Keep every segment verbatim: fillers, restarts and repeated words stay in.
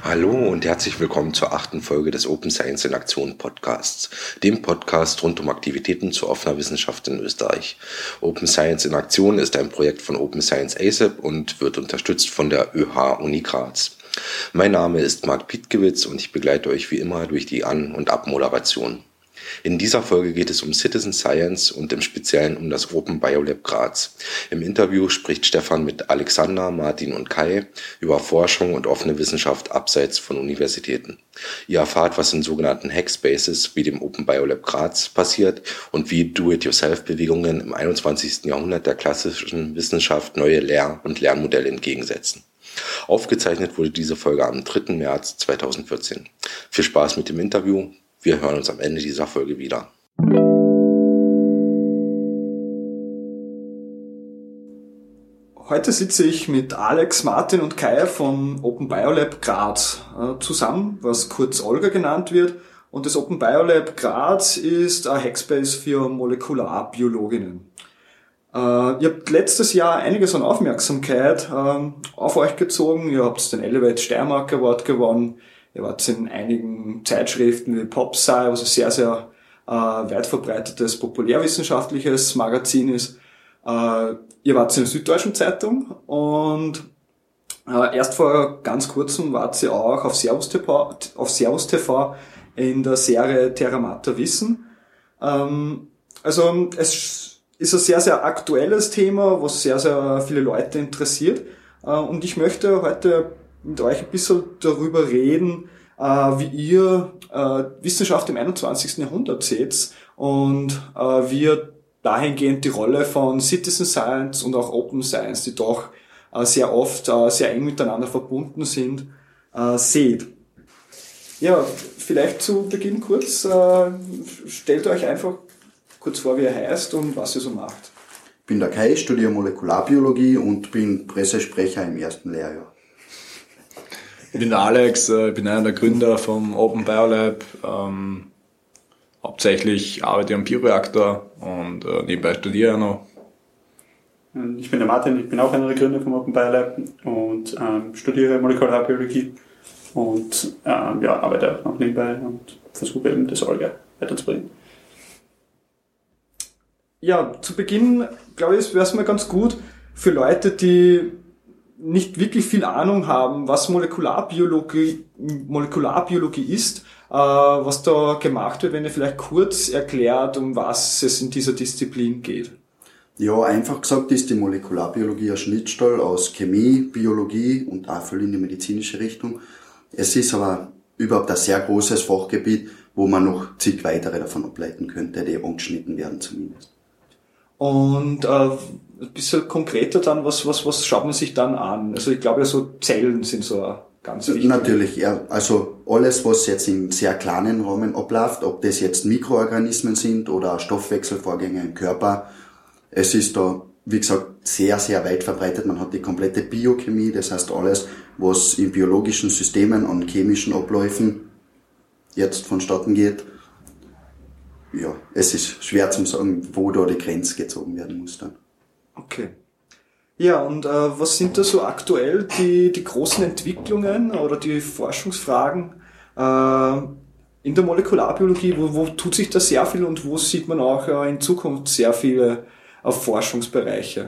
Hallo und herzlich willkommen zur achten Folge des Open Science in Aktion Podcasts, dem Podcast rund um Aktivitäten zu offener Wissenschaft in Österreich. Open Science in Aktion ist ein Projekt von Open Science A S A P und wird unterstützt von der ÖH Uni Graz. Mein Name ist Marc Pietkiewicz und ich begleite euch wie immer durch die An- und Abmoderation. In dieser Folge geht es um Citizen Science und im Speziellen um das Open Biolab Graz. Im Interview spricht Stefan mit Alexander, Martin und Kai über Forschung und offene Wissenschaft abseits von Universitäten. Ihr erfahrt, was in sogenannten Hackspaces wie dem Open Biolab Graz passiert und wie Do-it-yourself-Bewegungen im einundzwanzigsten Jahrhundert der klassischen Wissenschaft neue Lehr- und Lernmodelle entgegensetzen. Aufgezeichnet wurde diese Folge am dritten März zweitausendvierzehn. Viel Spaß mit dem Interview. Wir hören uns am Ende dieser Folge wieder. Heute sitze ich mit Alex, Martin und Kai vom Open Biolab Graz zusammen, was kurz Olga genannt wird. Und das Open Biolab Graz ist ein Hackspace für Molekularbiologinnen. Ihr habt letztes Jahr einiges an Aufmerksamkeit auf euch gezogen. Ihr habt den Elevate Steiermark Award gewonnen. Ihr wart in einigen Zeitschriften wie PopSci, was ein sehr, sehr äh, weit verbreitetes populärwissenschaftliches Magazin ist. Äh, ihr wart in der Süddeutschen Zeitung und äh, erst vor ganz kurzem wart ihr auch auf Servus T V, auf Servus T V in der Serie Terra Mater Wissen. Ähm, also es ist ein sehr, sehr aktuelles Thema, was sehr, sehr viele Leute interessiert. Äh, und ich möchte heute mit euch ein bisschen darüber reden, äh, wie ihr äh, Wissenschaft im einundzwanzigsten Jahrhundert seht und äh, wie ihr dahingehend die Rolle von Citizen Science und auch Open Science, die doch äh, sehr oft äh, sehr eng miteinander verbunden sind, äh, seht. Ja, vielleicht zu Beginn kurz, äh, stellt euch einfach kurz vor, wie ihr heißt und was ihr so macht. Ich bin der Kai, studiere Molekularbiologie und bin Pressesprecher im ersten Lehrjahr. Ich bin der Alex, ich bin einer der Gründer vom Open Biolab. Ähm, hauptsächlich arbeite ich am Bioreaktor und äh, nebenbei studiere ich noch. Ich bin der Martin, ich bin auch einer der Gründer vom Open Biolab und ähm, studiere Molekularbiologie und ähm, ja, arbeite auch noch nebenbei und versuche eben das Olga weiterzubringen. Ja, zu Beginn, glaube ich, wäre es mal ganz gut für Leute, die nicht wirklich viel Ahnung haben, was Molekularbiologie, Molekularbiologie ist, äh, was da gemacht wird, wenn ihr vielleicht kurz erklärt, um was es in dieser Disziplin geht. Ja, einfach gesagt ist die Molekularbiologie eine Schnittstelle aus Chemie, Biologie und auch voll in die medizinische Richtung. Es ist aber überhaupt ein sehr großes Fachgebiet, wo man noch zig weitere davon ableiten könnte, die angeschnitten werden zumindest. Und äh, ein bisschen konkreter dann, was, was, was schaut man sich dann an? Also ich glaube ja, so Zellen sind so ganz wichtig. Natürlich, ja. Also alles, was jetzt in sehr kleinen Rahmen abläuft, ob das jetzt Mikroorganismen sind oder Stoffwechselvorgänge im Körper, es ist da, wie gesagt, sehr, sehr weit verbreitet. Man hat die komplette Biochemie, das heißt alles, was in biologischen Systemen an chemischen Abläufen jetzt vonstatten geht. Ja, es ist schwer zu sagen, wo da die Grenze gezogen werden muss dann. Okay. Ja, und äh, was sind da so aktuell die, die großen Entwicklungen oder die Forschungsfragen äh, in der Molekularbiologie? Wo, wo tut sich da sehr viel und wo sieht man auch äh, in Zukunft sehr viele äh, Forschungsbereiche?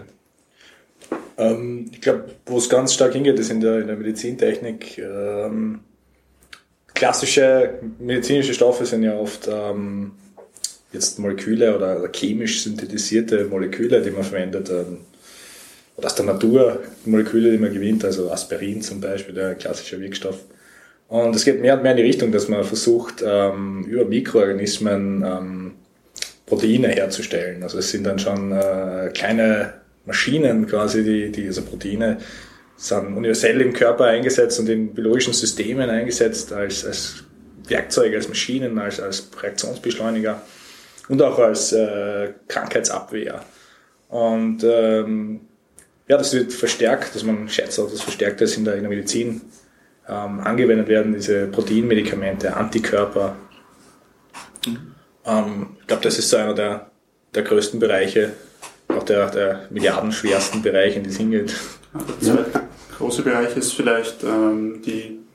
Ähm, ich glaube, wo es ganz stark hingeht, ist in der, in der Medizintechnik. Ähm, klassische medizinische Stoffe sind ja oft ähm, jetzt Moleküle oder, oder chemisch synthetisierte Moleküle, die man verwendet, ähm, oder aus der Natur Moleküle, die man gewinnt, also Aspirin zum Beispiel, der klassische Wirkstoff. Und es geht mehr und mehr in die Richtung, dass man versucht, ähm, über Mikroorganismen ähm, Proteine herzustellen. Also es sind dann schon äh, kleine Maschinen quasi, die, die also Proteine sind universell im Körper eingesetzt und in biologischen Systemen eingesetzt als, als Werkzeuge, als Maschinen, als, als Reaktionsbeschleuniger. Und auch als äh, Krankheitsabwehr. Und ähm, ja, das wird verstärkt, dass man schätzt auch, dass verstärkt ist in der, in der Medizin ähm, angewendet werden, diese Proteinmedikamente, Antikörper. Mhm. Ähm, ich glaube, das ist so einer der, der größten Bereiche, auch der, der milliardenschwersten Bereiche, in die es hingeht. Der zweite große Bereich ist vielleicht ähm, die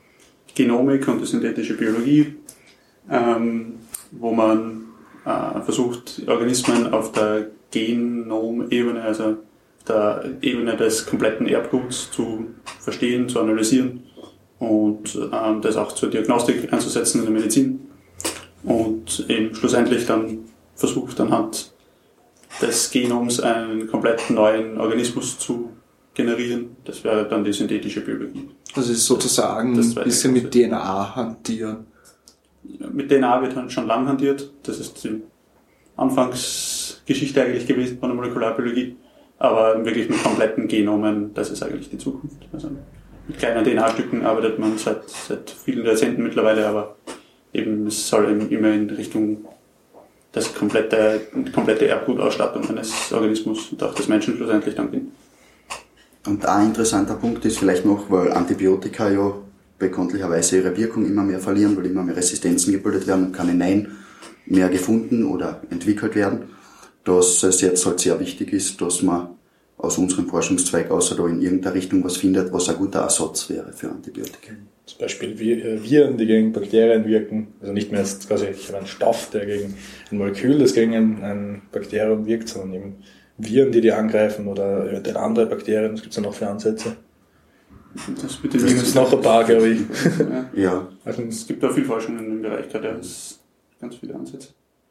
Genomik und die synthetische Biologie, ähm, wo man äh, versucht, Organismen auf der Genomebene, also der Ebene des kompletten Erbguts zu verstehen, zu analysieren und ähm, das auch zur Diagnostik einzusetzen in der Medizin und eben schlussendlich dann versucht, anhand des Genoms einen komplett neuen Organismus zu generieren. Das wäre dann die synthetische Biologie. Also es ist sozusagen das, das ein bisschen mit D N A hantieren. Mit D N A wird dann schon lang hantiert. Das ist die Anfangsgeschichte eigentlich gewesen von der Molekularbiologie. Aber wirklich mit kompletten Genomen, das ist eigentlich die Zukunft. Also mit kleinen D N A-Stücken arbeitet man seit, seit vielen Jahrzehnten mittlerweile, aber eben es soll eben immer in Richtung das komplette, die komplette Erbgutausstattung eines Organismus und auch des Menschen schlussendlich dann gehen. Und ein interessanter Punkt ist vielleicht noch, weil Antibiotika ja bekanntlicherweise ihre Wirkung immer mehr verlieren, weil immer mehr Resistenzen gebildet werden und keine Nein mehr gefunden oder entwickelt werden, dass es jetzt halt sehr wichtig ist, dass man aus unserem Forschungszweig außer da in irgendeiner Richtung was findet, was ein guter Ersatz wäre für Antibiotika. Zum Beispiel Viren, die gegen Bakterien wirken, also nicht mehr jetzt quasi ein Stoff, der gegen ein Molekül, das gegen ein, ein Bakterium wirkt, sondern eben Viren, die die angreifen oder eventuell andere Bakterien. Was gibt es da noch für Ansätze? Das bitte das ist noch ein paar, glaube ich. Ja. Ja. Also es gibt da viel Forschung in dem Bereich, gerade es ganz viele Ansätze.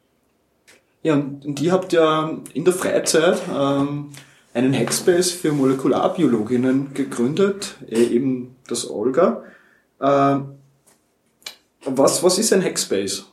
Ja, und ihr habt ja in der Freizeit ähm, einen Hackspace für Molekularbiologinnen gegründet, äh, eben das Olga. Äh, was, was ist ein Hackspace?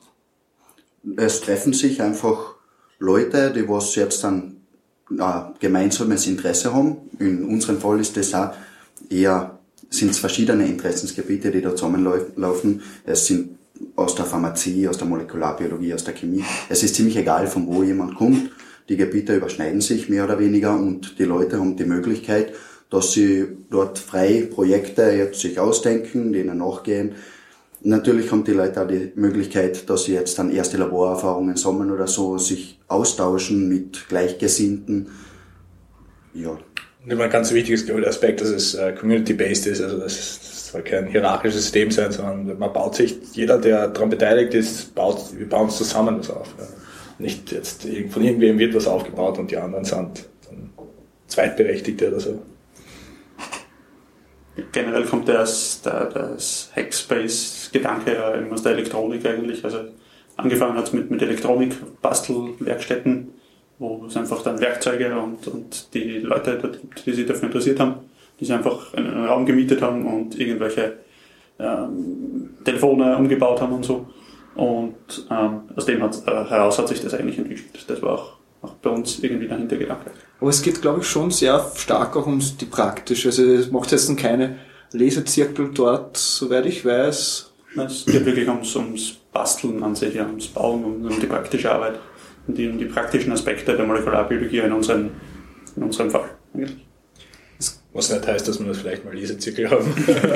Es treffen sich einfach Leute, die was jetzt ein äh, gemeinsames Interesse haben. In unserem Fall ist das auch eher, sind es verschiedene Interessensgebiete, die da zusammenlaufen. Es sind aus der Pharmazie, aus der Molekularbiologie, aus der Chemie. Es ist ziemlich egal, von wo jemand kommt. Die Gebiete überschneiden sich mehr oder weniger und die Leute haben die Möglichkeit, dass sie dort frei Projekte jetzt sich ausdenken, denen nachgehen. Natürlich haben die Leute auch die Möglichkeit, dass sie jetzt dann erste Laborerfahrungen sammeln oder so, sich austauschen mit Gleichgesinnten. Ja. Und immer ein ganz wichtiges Aspekt, dass es uh, community-based ist, also das, ist, das soll kein hierarchisches System sein, sondern man baut sich, jeder, der daran beteiligt ist, baut, wir bauen es zusammen was auf. Ja. Nicht jetzt von irgendwem wird was aufgebaut und die anderen sind dann Zweitberechtigte oder so. Generell kommt das, das Hackspace-Gedanke aus der Elektronik eigentlich. Also angefangen hat es mit, mit Elektronik-Bastelwerkstätten, wo es einfach dann Werkzeuge und, und die Leute dort gibt, die sich dafür interessiert haben, die sich einfach einen Raum gemietet haben und irgendwelche ähm, Telefone umgebaut haben und so. Und ähm, aus dem hat, äh, heraus hat sich das eigentlich entwickelt. Das war auch, auch bei uns irgendwie dahinter Gedanke. Aber es geht, glaube ich, schon sehr stark auch um die praktische. Also es macht jetzt keine Laserzirkel dort, soweit ich weiß. Es geht wirklich ums, ums Basteln an sich, ja, ums Bauen, um, um die praktische Arbeit und die, um die praktischen Aspekte der Molekularbiologie in, unseren, in unserem Fall. Eigentlich. Was nicht heißt, dass wir das vielleicht mal Laserzirkel haben.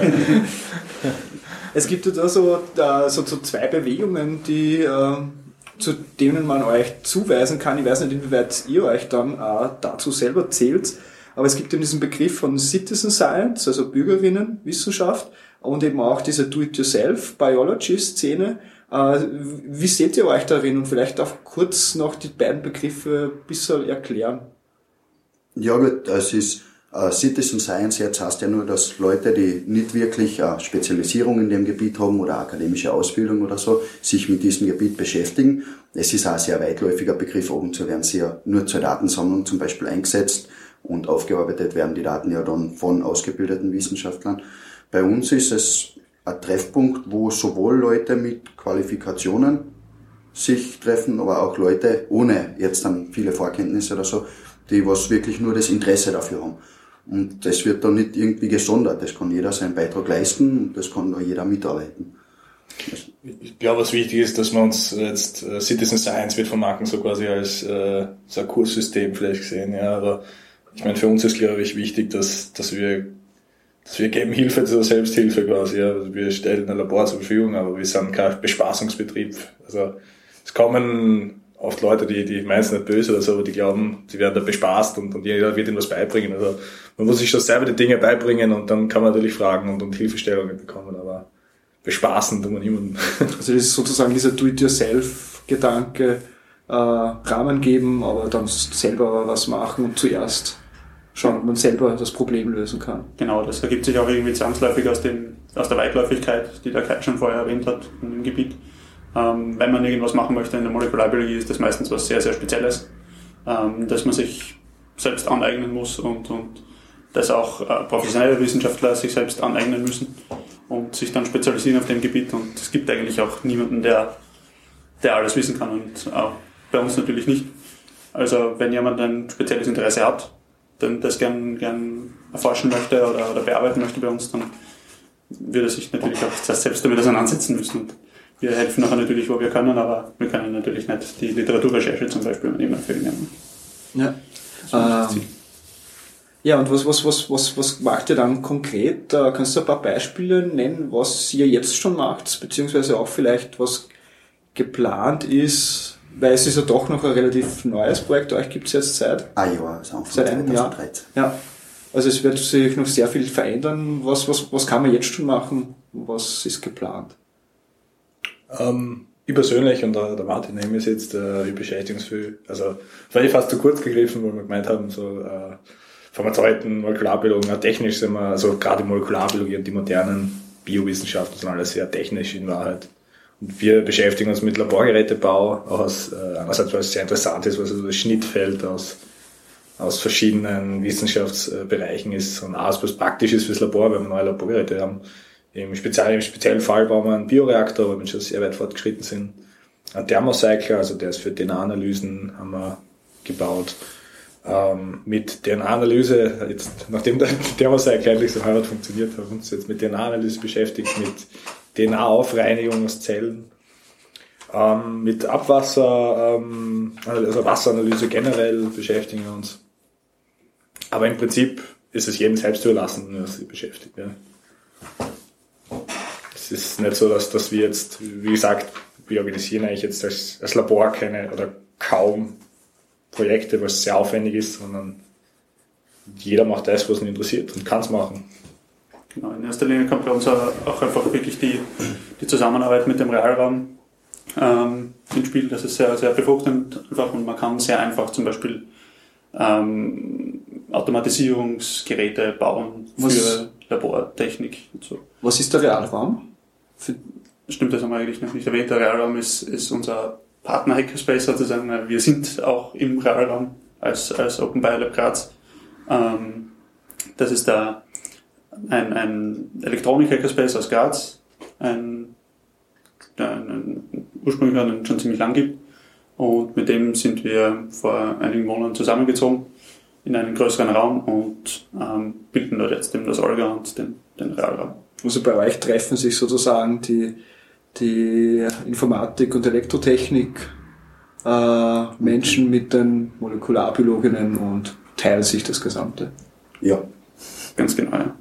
Es gibt ja da so, da, so, so zwei Bewegungen, die, äh, zu denen man euch zuweisen kann. Ich weiß nicht, inwieweit ihr euch dann äh, dazu selber zählt, aber es gibt eben diesen Begriff von Citizen Science, also Bürgerinnenwissenschaft, und eben auch diese Do-it-yourself-Biology-Szene. Äh, wie seht ihr euch darin? Und vielleicht auch kurz noch die beiden Begriffe ein bisschen erklären. Ja gut, es ist Uh, Citizen Science jetzt heißt ja nur, dass Leute, die nicht wirklich uh, Spezialisierung in dem Gebiet haben oder akademische Ausbildung oder so, sich mit diesem Gebiet beschäftigen. Es ist auch ein sehr weitläufiger Begriff, oben zu werden sie ja nur zur Datensammlung zum Beispiel eingesetzt und aufgearbeitet werden die Daten ja dann von ausgebildeten Wissenschaftlern. Bei uns ist es ein Treffpunkt, wo sowohl Leute mit Qualifikationen sich treffen, aber auch Leute ohne jetzt dann viele Vorkenntnisse oder so, die was wirklich nur das Interesse dafür haben. Und das wird dann nicht irgendwie gesondert. Das kann jeder seinen Beitrag leisten und das kann auch jeder mitarbeiten. Ich glaube, was wichtig ist, dass man uns jetzt äh, Citizen Science wird von Marken so quasi als äh, so ein Kurssystem vielleicht gesehen, ja, aber ich meine, für uns ist, glaube ich, wichtig, dass dass wir dass wir geben Hilfe zur Selbsthilfe quasi, ja. Also wir stellen ein Labor zur Verfügung, aber wir sind kein Bespaßungsbetrieb. Also es kommen oft Leute, die, die meinen es nicht böse oder so, aber die glauben, sie werden da bespaßt und, und jeder wird ihnen was beibringen. Also man muss sich schon selber die Dinge beibringen und dann kann man natürlich Fragen und, und Hilfestellungen bekommen, aber bespaßen tun wir niemanden. Also das ist sozusagen dieser Do-it-yourself-Gedanke, äh, Rahmen geben, aber dann selber was machen und zuerst schauen, ob man selber das Problem lösen kann. Genau, das ergibt sich auch irgendwie zwangsläufig aus, dem, aus der Weitläufigkeit, die der Kai schon vorher erwähnt hat in dem Gebiet. Ähm, wenn man irgendwas machen möchte in der Molekularbiologie, ist das meistens was sehr, sehr Spezielles, ähm, das man sich selbst aneignen muss und, und das auch äh, professionelle Wissenschaftler sich selbst aneignen müssen und sich dann spezialisieren auf dem Gebiet. Und es gibt eigentlich auch niemanden, der, der alles wissen kann und auch bei uns natürlich nicht. Also wenn jemand ein spezielles Interesse hat, dann das gern, gern erforschen möchte oder, oder bearbeiten möchte bei uns, dann würde er sich natürlich auch selbst damit auseinandersetzen müssen. Und wir helfen nachher natürlich, wo wir können, aber wir können natürlich nicht die Literaturrecherche zum Beispiel immer für ihn nehmen. Ja. Ähm, ja, und was, was, was, was, was macht ihr dann konkret? Kannst du ein paar Beispiele nennen, was ihr jetzt schon macht, beziehungsweise auch vielleicht was geplant ist? Weil es ist ja doch noch ein relativ neues Projekt, euch gibt es jetzt seit ein Jahr, also Anfang seit einem Jahr. zweitausenddreizehn. Ja, also es wird sich noch sehr viel verändern. Was, was, was kann man jetzt schon machen? Was ist geplant? Ähm, ich persönlich und der, der Martin neben mir sitzt, äh, wir beschäftigen uns viel, also war ich fast zu kurz gegriffen, wo wir gemeint haben, so äh, Pharmazeuten, Molekularbiologen, auch technisch sind wir, also gerade Molekularbiologie und die modernen Biowissenschaften sind alles sehr technisch in Wahrheit. Und wir beschäftigen uns mit Laborgerätebau, auch aus, äh, einerseits weil es sehr interessant ist, weil es also das Schnittfeld aus, aus verschiedenen Wissenschaftsbereichen ist und auch was praktisch ist fürs Labor, wenn wir neue Laborgeräte haben. Im speziellen, im speziellen Fall bauen wir einen Bioreaktor, weil wir schon sehr weit fortgeschritten sind. Ein Thermocycler, also der ist für D N A-Analysen, haben wir gebaut. Ähm, mit D N A-Analyse, jetzt, nachdem der Thermocycler endlich so halb funktioniert, haben wir uns jetzt mit D N A-Analyse beschäftigt, mit D N A-Aufreinigung aus Zellen, ähm, mit Abwasser, ähm, also Wasseranalyse generell beschäftigen wir uns. Aber im Prinzip ist es jedem selbst überlassen, was sich beschäftigt. Ja. Es ist nicht so, dass, dass wir jetzt, wie gesagt, wir organisieren eigentlich jetzt als, als Labor keine oder kaum Projekte, was sehr aufwendig ist, sondern jeder macht das, was ihn interessiert und kann es machen. Genau, in erster Linie kommt bei uns auch einfach wirklich die, die Zusammenarbeit mit dem Realraum ähm, ins Spiel. Das ist sehr, sehr befruchtend einfach und man kann sehr einfach zum Beispiel ähm, Automatisierungsgeräte bauen für was, Labortechnik und so. Was ist der Realraum? Für Stimmt, das haben wir eigentlich noch nicht erwähnt. Der Realraum ist, ist unser Partner Hackerspace sozusagen. Wir sind auch im Realraum als, als Open Biolab Graz. Ähm, das ist da ein, ein Elektronik-Hackerspace aus Graz, ein, ein, ein ursprünglich einen schon ziemlich lang gibt. Und mit dem sind wir vor einigen Monaten zusammengezogen in einen größeren Raum und ähm, bilden dort jetzt eben das Olga und den, den Realraum. Also bei euch treffen sich sozusagen die, die Informatik- und Elektrotechnik äh, Menschen mit den Molekularbiologinnen und teilen sich das Gesamte. Ja. Ganz genau, ja.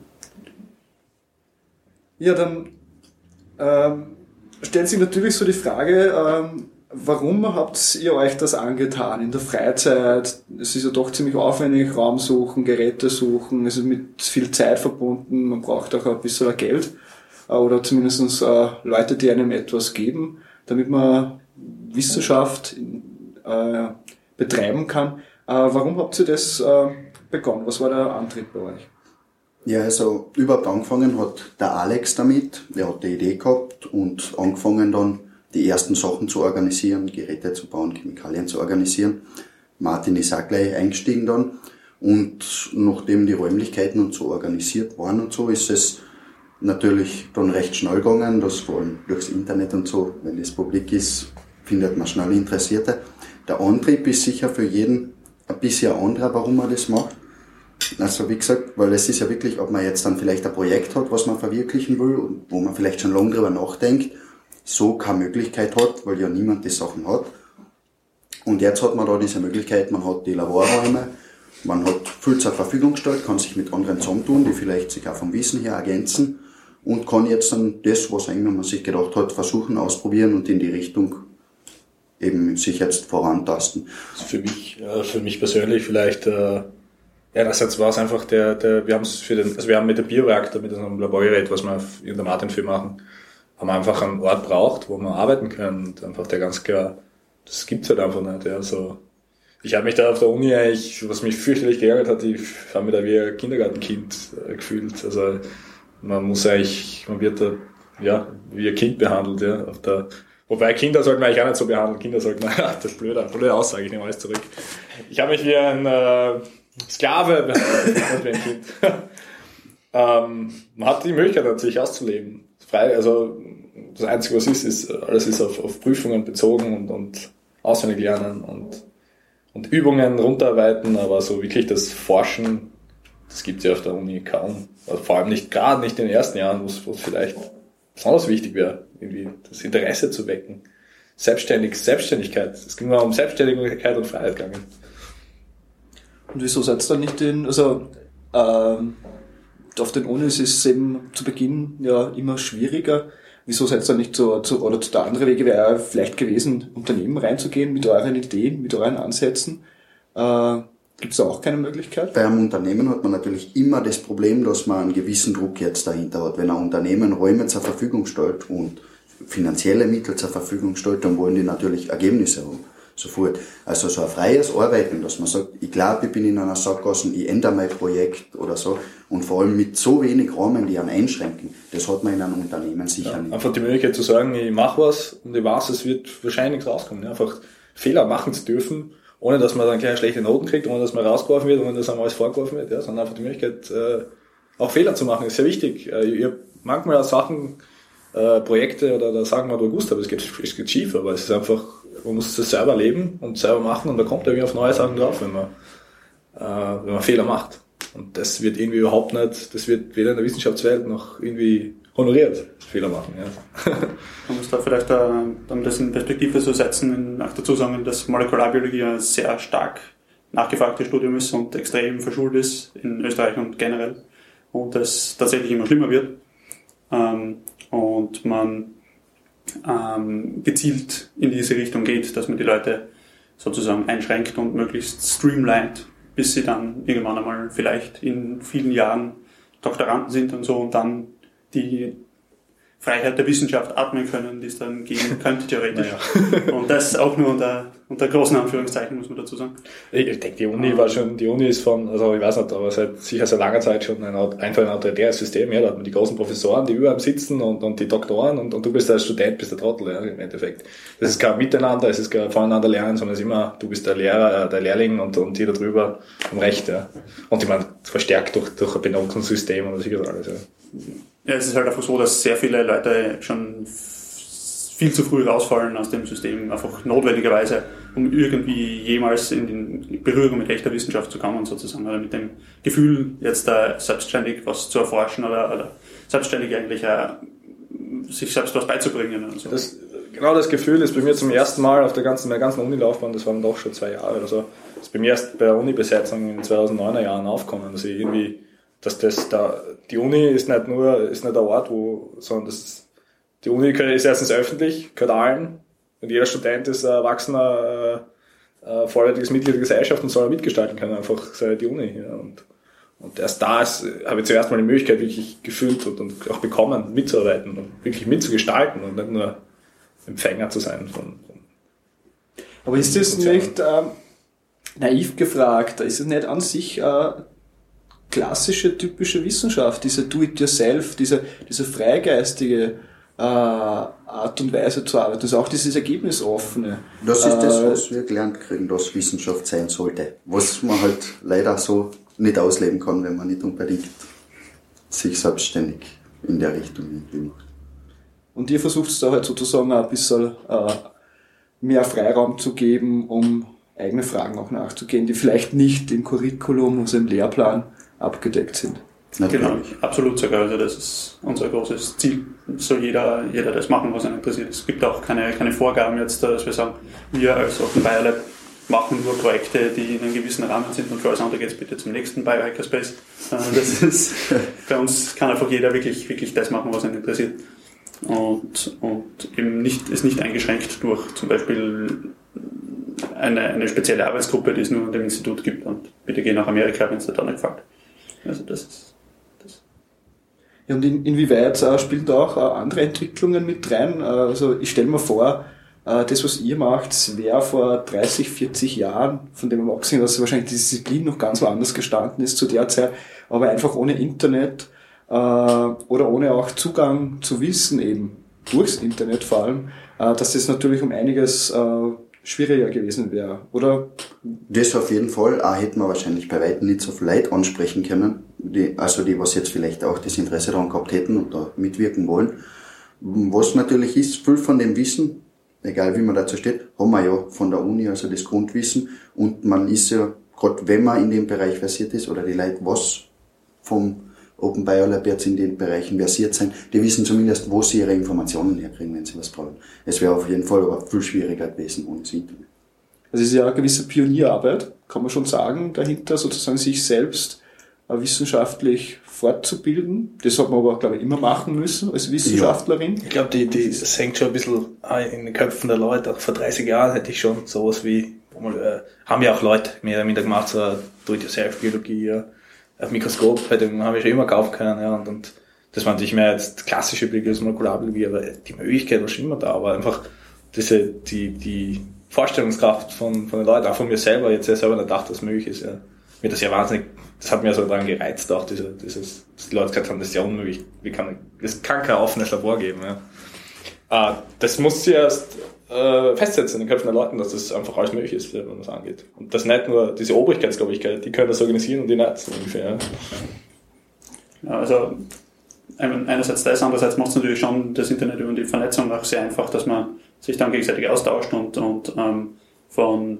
Ja, dann ähm, stellt sich natürlich so die Frage, ähm, warum habt ihr euch das angetan in der Freizeit? Es ist ja doch ziemlich aufwendig, Raum suchen, Geräte suchen, es ist mit viel Zeit verbunden, man braucht auch ein bisschen Geld äh, oder zumindest äh, Leute, die einem etwas geben, damit man Wissenschaft äh, betreiben kann. Äh, warum habt ihr das äh, begonnen? Was war der Antrieb bei euch? Ja, also überhaupt angefangen hat der Alex damit. Er hat die Idee gehabt und angefangen dann die ersten Sachen zu organisieren, Geräte zu bauen, Chemikalien zu organisieren. Martin ist auch gleich eingestiegen dann. Und nachdem die Räumlichkeiten und so organisiert waren und so, ist es natürlich dann recht schnell gegangen, das vor allem durchs Internet und so, wenn das publik ist, findet man schnell Interessierte. Der Antrieb ist sicher für jeden ein bisschen anderer, warum man das macht. Also wie gesagt, weil es ist ja wirklich, ob man jetzt dann vielleicht ein Projekt hat, was man verwirklichen will und wo man vielleicht schon lange drüber nachdenkt, so keine Möglichkeit hat, weil ja niemand die Sachen hat. Und jetzt hat man da diese Möglichkeit, man hat die Laborräume, man hat viel zur Verfügung gestellt, kann sich mit anderen zusammentun, die vielleicht sich auch vom Wissen her ergänzen und kann jetzt dann das, was immer man sich gedacht hat, versuchen, ausprobieren und in die Richtung eben sich jetzt vorantasten. Also für mich, äh, für mich persönlich vielleicht, äh, einerseits war es einfach der, der, wir haben es für den, also wir haben mit dem Bioreaktor, mit unserem Laborgerät, was wir in der Martin-Film machen, haben wir einfach einen Ort braucht, wo wir arbeiten können. Und einfach der ganz klar, das gibt's halt einfach nicht. Ja, so. Ich habe mich da auf der Uni eigentlich, was mich fürchterlich geärgert hat, ich habe mich da wie ein Kindergartenkind äh, gefühlt. Also man muss eigentlich, man wird da ja wie ein Kind behandelt. Ja, auf der, wobei Kinder sollten wir eigentlich auch nicht so behandeln. Kinder sollten, das ist blöd, blöde Aussage, ich nehme alles zurück. Ich habe mich wie ein äh, Sklave behandelt, nicht wie ein Kind. ähm, man hat die Möglichkeit natürlich auszuleben. Frei, also das Einzige, was ist, ist, alles ist auf, auf Prüfungen bezogen und, und auswendig lernen und, und Übungen runterarbeiten, aber so wirklich das Forschen, das gibt es ja auf der Uni kaum. Also vor allem nicht, gerade nicht in den ersten Jahren, wo es vielleicht besonders wichtig wäre, irgendwie das Interesse zu wecken. Selbstständig, Selbstständigkeit. Es ging nur um Selbstständigkeit und Freiheit gegangen. Und wieso seid ihr dann nicht in, also ähm, auf den Unis ist es eben zu Beginn ja immer schwieriger. Wieso seid ihr dann nicht so, zu, oder zu der anderen Wege wäre vielleicht gewesen, Unternehmen reinzugehen mit euren Ideen, mit euren Ansätzen? Äh, Gibt es da auch keine Möglichkeit? Bei einem Unternehmen hat man natürlich immer das Problem, dass man einen gewissen Druck jetzt dahinter hat. Wenn ein Unternehmen Räume zur Verfügung stellt und finanzielle Mittel zur Verfügung stellt, dann wollen die natürlich Ergebnisse haben. Sofort. Also so ein freies Arbeiten, dass man sagt, ich glaube, ich bin in einer Sackgasse, ich ändere mein Projekt oder so. Und vor allem mit so wenig Rahmen, die einen einschränken, das hat man in einem Unternehmen sicher ja, nicht. Einfach die Möglichkeit zu sagen, ich mache was und ich weiß, es wird wahrscheinlich nichts rauskommen. Einfach Fehler machen zu dürfen, ohne dass man dann gleich schlechte Noten kriegt, ohne dass man rausgeworfen wird, ohne dass einem alles vorgeworfen wird, ja, sondern einfach die Möglichkeit, äh, auch Fehler zu machen, ist sehr wichtig. Äh, ich habe manchmal auch Sachen, äh, Projekte oder da sagen wir, du gewusst, aber es geht, es geht schief, aber es ist einfach, man muss es selber leben und selber machen und da kommt irgendwie auf neue Sachen drauf, wenn man, äh, wenn man Fehler macht. Und das wird irgendwie überhaupt nicht, das wird weder in der Wissenschaftswelt noch irgendwie honoriert, Fehler machen. Ja. Man muss da vielleicht, äh, um das in Perspektive zu setzen, auch dazu sagen, dass Molekularbiologie ein sehr stark nachgefragtes Studium ist und extrem verschult ist in Österreich und generell. Und das tatsächlich immer schlimmer wird. Ähm, und man ähm, gezielt in diese Richtung geht, dass man die Leute sozusagen einschränkt und möglichst streamlined, bis sie dann irgendwann einmal vielleicht in vielen Jahren Doktoranden sind und so und dann die Freiheit der Wissenschaft atmen können, die es dann geben könnte, theoretisch. Naja. Und das auch nur unter, unter großen Anführungszeichen, muss man dazu sagen. Ich, ich denke, die Uni war schon, die Uni ist von, also ich weiß nicht, aber seit sicher seit langer Zeit schon ein, einfach ein autoritäres System. Ja, da hat man die großen Professoren, die über einem sitzen und, und die Doktoren und, und du bist als Student, bist der Trottel, ja, im Endeffekt. Das ist kein Miteinander, es ist kein voneinander lernen, sondern es ist immer, du bist der Lehrer, der Lehrling und, und die da drüber haben Recht, ja. Und ich meine, verstärkt durch, durch ein Benotungssystem und sicher alles, ja. Ja, es ist halt einfach so, dass sehr viele Leute schon viel zu früh rausfallen aus dem System, einfach notwendigerweise, um irgendwie jemals in die Berührung mit echter Wissenschaft zu kommen, sozusagen, oder mit dem Gefühl, jetzt da selbstständig was zu erforschen oder, oder selbstständig eigentlich auch sich selbst was beizubringen. Und so. Das, genau das Gefühl ist bei mir zum ersten Mal auf der ganzen, meiner ganzen Unilaufbahn, das waren doch schon zwei Jahre oder so, ist bei mir erst bei der Uni-Besetzung in den zweitausenddeuner Jahren aufgekommen, dass ich irgendwie dass das da, die Uni ist nicht nur, ist nicht der Ort, wo, sondern das, die Uni ist erstens öffentlich, gehört allen, und jeder Student ist ein erwachsener, äh, vollwertiges Mitglied der Gesellschaft und soll mitgestalten können, einfach sei die Uni, ja, und, und erst da ist, habe ich zuerst mal die Möglichkeit wirklich gefühlt und, und auch bekommen, mitzuarbeiten und wirklich mitzugestalten und nicht nur Empfänger zu sein von, von aber ist das nicht, ähm, naiv gefragt, ist es nicht an sich, äh, klassische, typische Wissenschaft, diese Do-it-yourself, diese, diese freigeistige äh, Art und Weise zu arbeiten, also auch dieses Ergebnisoffene. Das ist äh, das, was wir gelernt kriegen, dass Wissenschaft sein sollte. Was man halt leider so nicht ausleben kann, wenn man nicht unbedingt sich selbstständig in der Richtung irgendwie macht. Und ihr versucht es da halt sozusagen ein bisschen äh, mehr Freiraum zu geben, um eigene Fragen auch nachzugehen, die vielleicht nicht im Curriculum, also im Lehrplan abgedeckt sind. Natürlich. Genau, absolut sogar. Also das ist unser großes Ziel. Soll jeder, jeder das machen, was ihn interessiert. Es gibt auch keine, keine Vorgaben jetzt, dass wir sagen, wir als Open Biolab machen nur Projekte, die in einem gewissen Rahmen sind und für alles andere geht's bitte zum nächsten Biohackerspace. Das ist, bei uns kann einfach jeder wirklich, wirklich das machen, was ihn interessiert. Und, und eben nicht, ist nicht eingeschränkt durch zum Beispiel eine, eine spezielle Arbeitsgruppe, die es nur an dem Institut gibt und bitte geh nach Amerika, wenn es dir da nicht gefällt. Also das ist das. Ja, und in, inwieweit äh, spielen da auch äh, andere Entwicklungen mit rein? Äh, also ich stelle mir vor, äh, das, was ihr macht, wäre vor dreißig, vierzig Jahren, von dem wir abgesehen, dass wahrscheinlich die Disziplin noch ganz woanders gestanden ist zu der Zeit, aber einfach ohne Internet äh, oder ohne auch Zugang zu Wissen eben, durchs Internet vor allem, äh, dass das natürlich um einiges äh, schwieriger gewesen wäre, oder? Das auf jeden Fall. Auch hätten wir wahrscheinlich bei weitem nicht so viel Leute ansprechen können, die, also die, was jetzt vielleicht auch das Interesse daran gehabt hätten und da mitwirken wollen. Was natürlich ist, viel von dem Wissen, egal wie man dazu steht, haben wir ja von der Uni, also das Grundwissen, und man ist ja, gerade wenn man in dem Bereich versiert ist, oder die Leute, was vom Open Biolab jetzt in den Bereichen versiert sind, die wissen zumindest, wo sie ihre Informationen herkriegen, wenn sie was brauchen. Es wäre auf jeden Fall aber viel schwieriger gewesen ohne das Internet. Also es ist ja eine gewisse Pionierarbeit, kann man schon sagen, dahinter sozusagen sich selbst wissenschaftlich fortzubilden. Das hat man aber, glaube ich, immer machen müssen als Wissenschaftlerin. Ich glaube, die, die, das hängt schon ein bisschen in den Köpfen der Leute. Auch vor dreißig Jahren hätte ich schon sowas wie, äh, haben ja auch Leute mehr oder minder gemacht, so Do-it-yourself-Biologie, ja. Auf Mikroskop hätte, habe ich schon immer kaufen können, ja, und, und das war natürlich mehr jetzt klassische Biologie als Molekularbiologie, aber die Möglichkeit war schon immer da, aber einfach diese, die, die Vorstellungskraft von, von den Leuten, auch von mir selber, jetzt ja selber nicht gedacht, was möglich ist, ja. Mir das ja wahnsinnig, das hat mir so daran gereizt, auch diese, dieses, dass die Leute gesagt haben, das ist ja unmöglich, wie kann, es kann kein offenes Labor geben, ja. Ah, das muss sie erst äh, festsetzen in den Köpfen der Leuten, dass das einfach alles möglich ist, wenn man das angeht. Und das nicht nur diese Obrigkeitsgläubigkeit, die können das organisieren und die nicht, so ungefähr. Ja, also einerseits das, andererseits macht es natürlich schon das Internet und die Vernetzung auch sehr einfach, dass man sich dann gegenseitig austauscht und, und ähm, von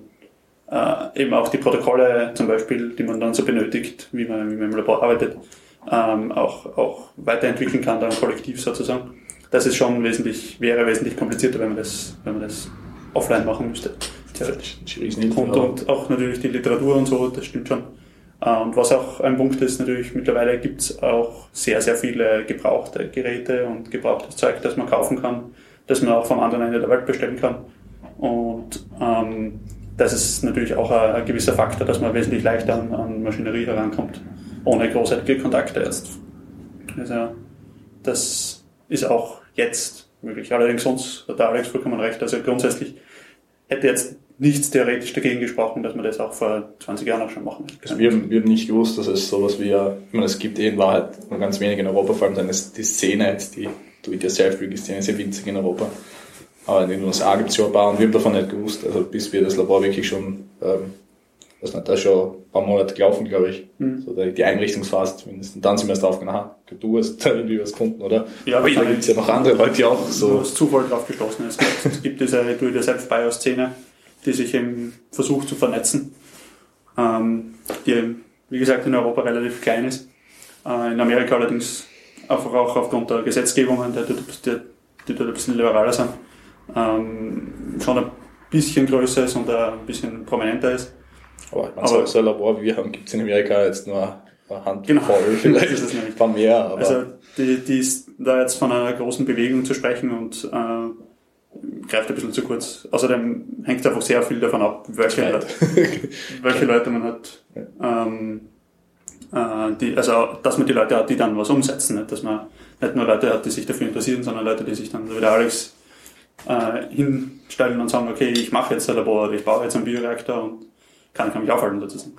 äh, eben auch die Protokolle zum Beispiel, die man dann so benötigt, wie man, wie man im Labor arbeitet, ähm, auch, auch weiterentwickeln kann, dann kollektiv sozusagen. Das ist schon wesentlich, wäre wesentlich komplizierter, wenn man das, wenn man das offline machen müsste, theoretisch. Und, und auch natürlich die Literatur und so, das stimmt schon. Und was auch ein Punkt ist, natürlich mittlerweile gibt es auch sehr, sehr viele gebrauchte Geräte und gebrauchtes Zeug, das man kaufen kann, das man auch vom anderen Ende der Welt bestellen kann. Und ähm, das ist natürlich auch ein, ein gewisser Faktor, dass man wesentlich leichter an, an Maschinerie herankommt, ohne großartige Kontakte erst. Also das ist auch jetzt möglich. Allerdings sonst hat der Alex vollkommen recht. Also grundsätzlich hätte jetzt nichts theoretisch dagegen gesprochen, dass man das auch vor zwanzig Jahren auch schon machen kann. Also wir, haben, wir haben nicht gewusst, dass es sowas wie, ich meine, es gibt eh in Wahrheit nur ganz wenig in Europa, vor allem dann ist die Szene jetzt, die Do-it-yourself-Szene ist ja winzig in Europa. Aber in den U S A gibt es schon ein paar und wir haben davon nicht gewusst. Also bis wir das Labor wirklich schon, ähm, das ist da schon ein paar Monate gelaufen, glaube ich. Mhm. So die, die Einrichtungsphase zumindest. Und dann sind wir erst draufgegangen, aha, du hast da irgendwie was gefunden, oder? Ja, aber da gibt es ja noch andere Leute, die auch so. Du hast Zufall drauf gestoßen. Es gibt, es gibt diese Do-it-yourself-Bio-Szene, die sich eben versucht zu vernetzen, ähm, die, wie gesagt, in Europa relativ klein ist. Äh, in Amerika allerdings einfach auch aufgrund der Gesetzgebungen, die, die, die dort ein bisschen liberaler sind, ähm, schon ein bisschen größer ist und ein bisschen prominenter ist. Aber ich meine, aber, so ein Labor wie wir haben, gibt es in Amerika jetzt nur eine Handvoll, genau, vielleicht ist es nämlich ein paar mehr. Aber also die, die ist da jetzt von einer großen Bewegung zu sprechen und äh, greift ein bisschen zu kurz. Außerdem hängt einfach sehr viel davon ab, welche, Leute, welche Leute man hat. Ähm, äh, die, also dass man die Leute hat, die dann was umsetzen, nicht? Dass man nicht nur Leute hat, die sich dafür interessieren, sondern Leute, die sich dann, so wie der Alex, äh, hinstellen und sagen, okay, ich mache jetzt ein Labor oder ich baue jetzt einen Bioreaktor und kann, kann mich aufhalten sozusagen.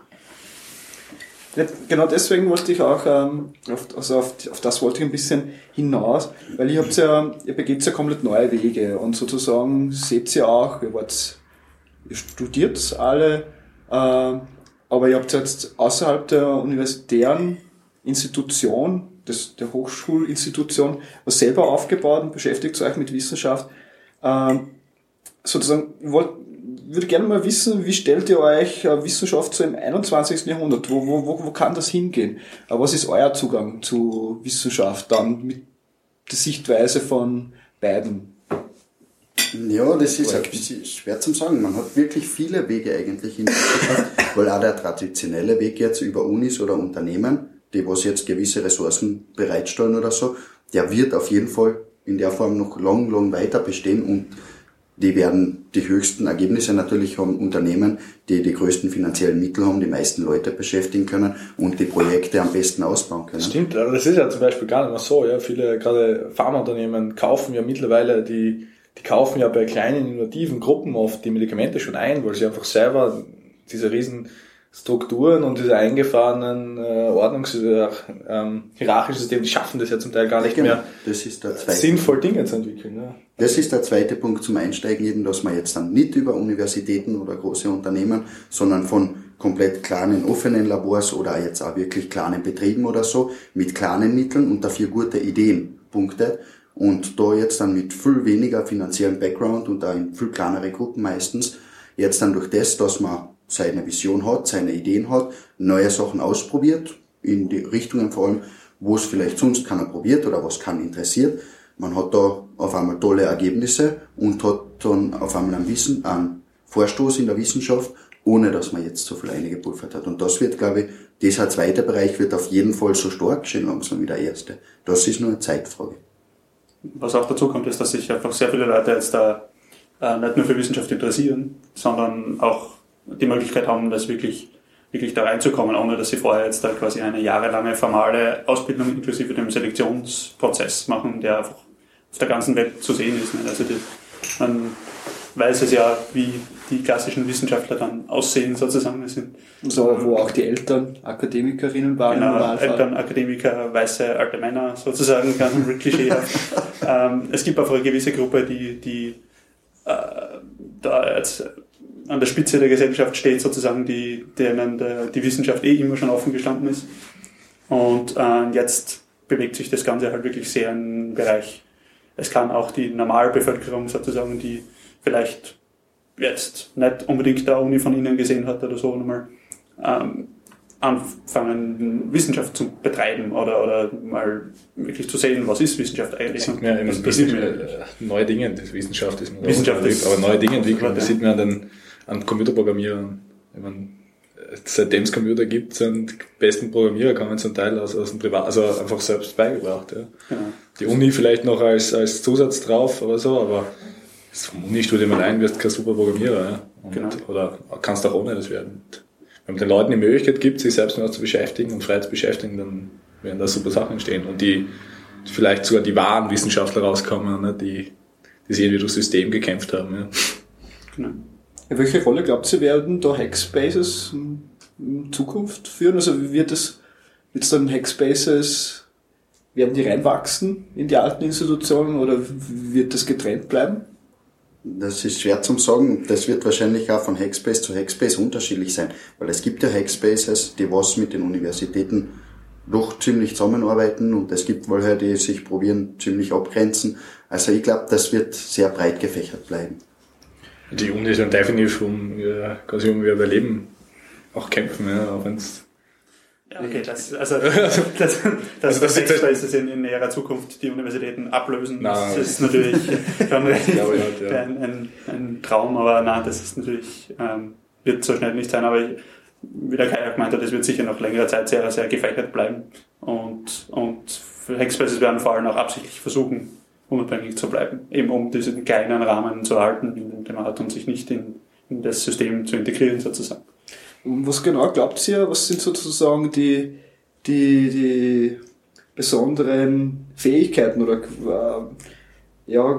Ja, genau deswegen wollte ich auch, ähm, auf, also auf, auf das wollte ich ein bisschen hinaus, weil ihr habt ja, ihr begeht ja komplett neue Wege und sozusagen seht ihr auch, ihr wart, ihr studiert alle, äh, aber ihr habt jetzt außerhalb der universitären Institution, des, der Hochschulinstitution, was selber aufgebaut und beschäftigt euch mit Wissenschaft. Äh, sozusagen, ich wollte würde gerne mal wissen, wie stellt ihr euch Wissenschaft so im einundzwanzigsten Jahrhundert? Wo, wo, wo, wo kann das hingehen? Was ist euer Zugang zu Wissenschaft dann mit der Sichtweise von beiden? Ja, das ist ein bisschen schwer zu sagen. Man hat wirklich viele Wege eigentlich in Wissenschaft, weil auch der traditionelle Weg jetzt über Unis oder Unternehmen, die was jetzt gewisse Ressourcen bereitstellen oder so, der wird auf jeden Fall in der Form noch lang, lang weiter bestehen und die werden die höchsten Ergebnisse natürlich haben, Unternehmen, die die größten finanziellen Mittel haben, die meisten Leute beschäftigen können und die Projekte am besten ausbauen können. Stimmt, aber das ist ja zum Beispiel gar nicht mehr so. Ja, viele, gerade Pharmaunternehmen kaufen ja mittlerweile, die, die kaufen ja bei kleinen, innovativen Gruppen oft die Medikamente schon ein, weil sie einfach selber diese riesen Strukturen und diese eingefahrenen äh, Ordnungs-, äh, ähm, hierarchischen Systeme, die schaffen das ja zum Teil gar nicht genau, mehr, das ist der zweite sinnvoll Dinge zu entwickeln. Ja. Das ist der zweite Punkt zum Einsteigen, eben, dass man jetzt dann nicht über Universitäten oder große Unternehmen, sondern von komplett kleinen offenen Labors oder jetzt auch wirklich kleinen Betrieben oder so, mit kleinen Mitteln und dafür gute Ideen punktet und da jetzt dann mit viel weniger finanziellen Background und auch in viel kleinere Gruppen meistens, jetzt dann durch das, dass man seine Vision hat, seine Ideen hat, neue Sachen ausprobiert, in die Richtungen vor allem, wo es vielleicht sonst keiner probiert oder was keinen interessiert. Man hat da auf einmal tolle Ergebnisse und hat dann auf einmal ein Wissen, einen Vorstoß in der Wissenschaft, ohne dass man jetzt so viel eingepulvert hat. Und das wird, glaube ich, dieser zweite Bereich wird auf jeden Fall so stark geschehen langsam wie der erste. Das ist nur eine Zeitfrage. Was auch dazu kommt, ist, dass sich einfach sehr viele Leute jetzt da äh, nicht nur für Wissenschaft interessieren, sondern auch die Möglichkeit haben, das wirklich, wirklich da reinzukommen, ohne dass sie vorher jetzt da quasi eine jahrelange formale Ausbildung inklusive dem Selektionsprozess machen, der einfach auf der ganzen Welt zu sehen ist. Also die, man weiß es ja, wie die klassischen Wissenschaftler dann aussehen sozusagen. Das sind so, wo auch die Eltern Akademikerinnen waren. Genau, Eltern, Akademiker, weiße alte Männer sozusagen, ganz klischeehaft. ähm, es gibt einfach eine gewisse Gruppe, die, die äh, da jetzt an der Spitze der Gesellschaft steht, sozusagen, die, denen der, die Wissenschaft eh immer schon offen gestanden ist. Und äh, jetzt bewegt sich das Ganze halt wirklich sehr im Bereich. Es kann auch die Normalbevölkerung sozusagen, die vielleicht jetzt nicht unbedingt der Uni von Ihnen gesehen hat oder so, nochmal ähm, anfangen, Wissenschaft zu betreiben oder, oder mal wirklich zu sehen, was ist Wissenschaft eigentlich. Sieht man ja immer neue Dinge, das Wissenschaft ist man Wissenschaft ist, aber neue Dinge entwickeln, das sieht man an den an Computerprogrammierern. Ich meine, seitdem es Computer gibt, sind die besten Programmierer kommen zum Teil aus, aus dem Privat, also einfach selbst beigebracht. Ja. Genau. Die Uni vielleicht noch als, als Zusatz drauf oder so, aber vom Uni-Studium allein wirst du kein super Programmierer. Ja. Und, genau. Oder kannst auch ohne das werden. Wenn man den Leuten die Möglichkeit gibt, sich selbst noch zu beschäftigen und frei zu beschäftigen, dann werden da super Sachen entstehen. Und die vielleicht sogar die wahren Wissenschaftler rauskommen, ne, die, die sich irgendwie durchs System gekämpft haben. Ja. Genau. Welche Rolle glaubt ihr, werden da Hackspaces in Zukunft führen? Also wird es, wird es dann Hackspaces, werden die reinwachsen in die alten Institutionen oder wird das getrennt bleiben? Das ist schwer zu sagen. Das wird wahrscheinlich auch von Hackspace zu Hackspace unterschiedlich sein, weil es gibt ja Hackspaces, die was mit den Universitäten doch ziemlich zusammenarbeiten und es gibt welche, die sich probieren ziemlich abgrenzen. Also ich glaube, das wird sehr breit gefächert bleiben. Die Unis werden definitiv um ihr, quasi um ihr Überleben auch kämpfen, ja, auch wenn's. Ja, okay, das, also, das, das, das, das Hackspace ist in, in näherer Zukunft die Universitäten ablösen. Nein. Das ist natürlich schon recht ja, ja. ein, ein, ein Traum, aber nein, das ist natürlich, ähm, wird so schnell nicht sein, aber ich, wie der Kai auch gemeint hat, das wird sicher noch längere Zeit sehr, sehr gefächert bleiben und, und Hackspaces werden vor allem auch absichtlich versuchen, unabhängig zu bleiben, eben um diesen kleinen Rahmen zu erhalten, in dem man hat und sich nicht in, in das System zu integrieren sozusagen. Und was genau glaubt ihr, was sind sozusagen die, die, die besonderen Fähigkeiten oder äh, ja,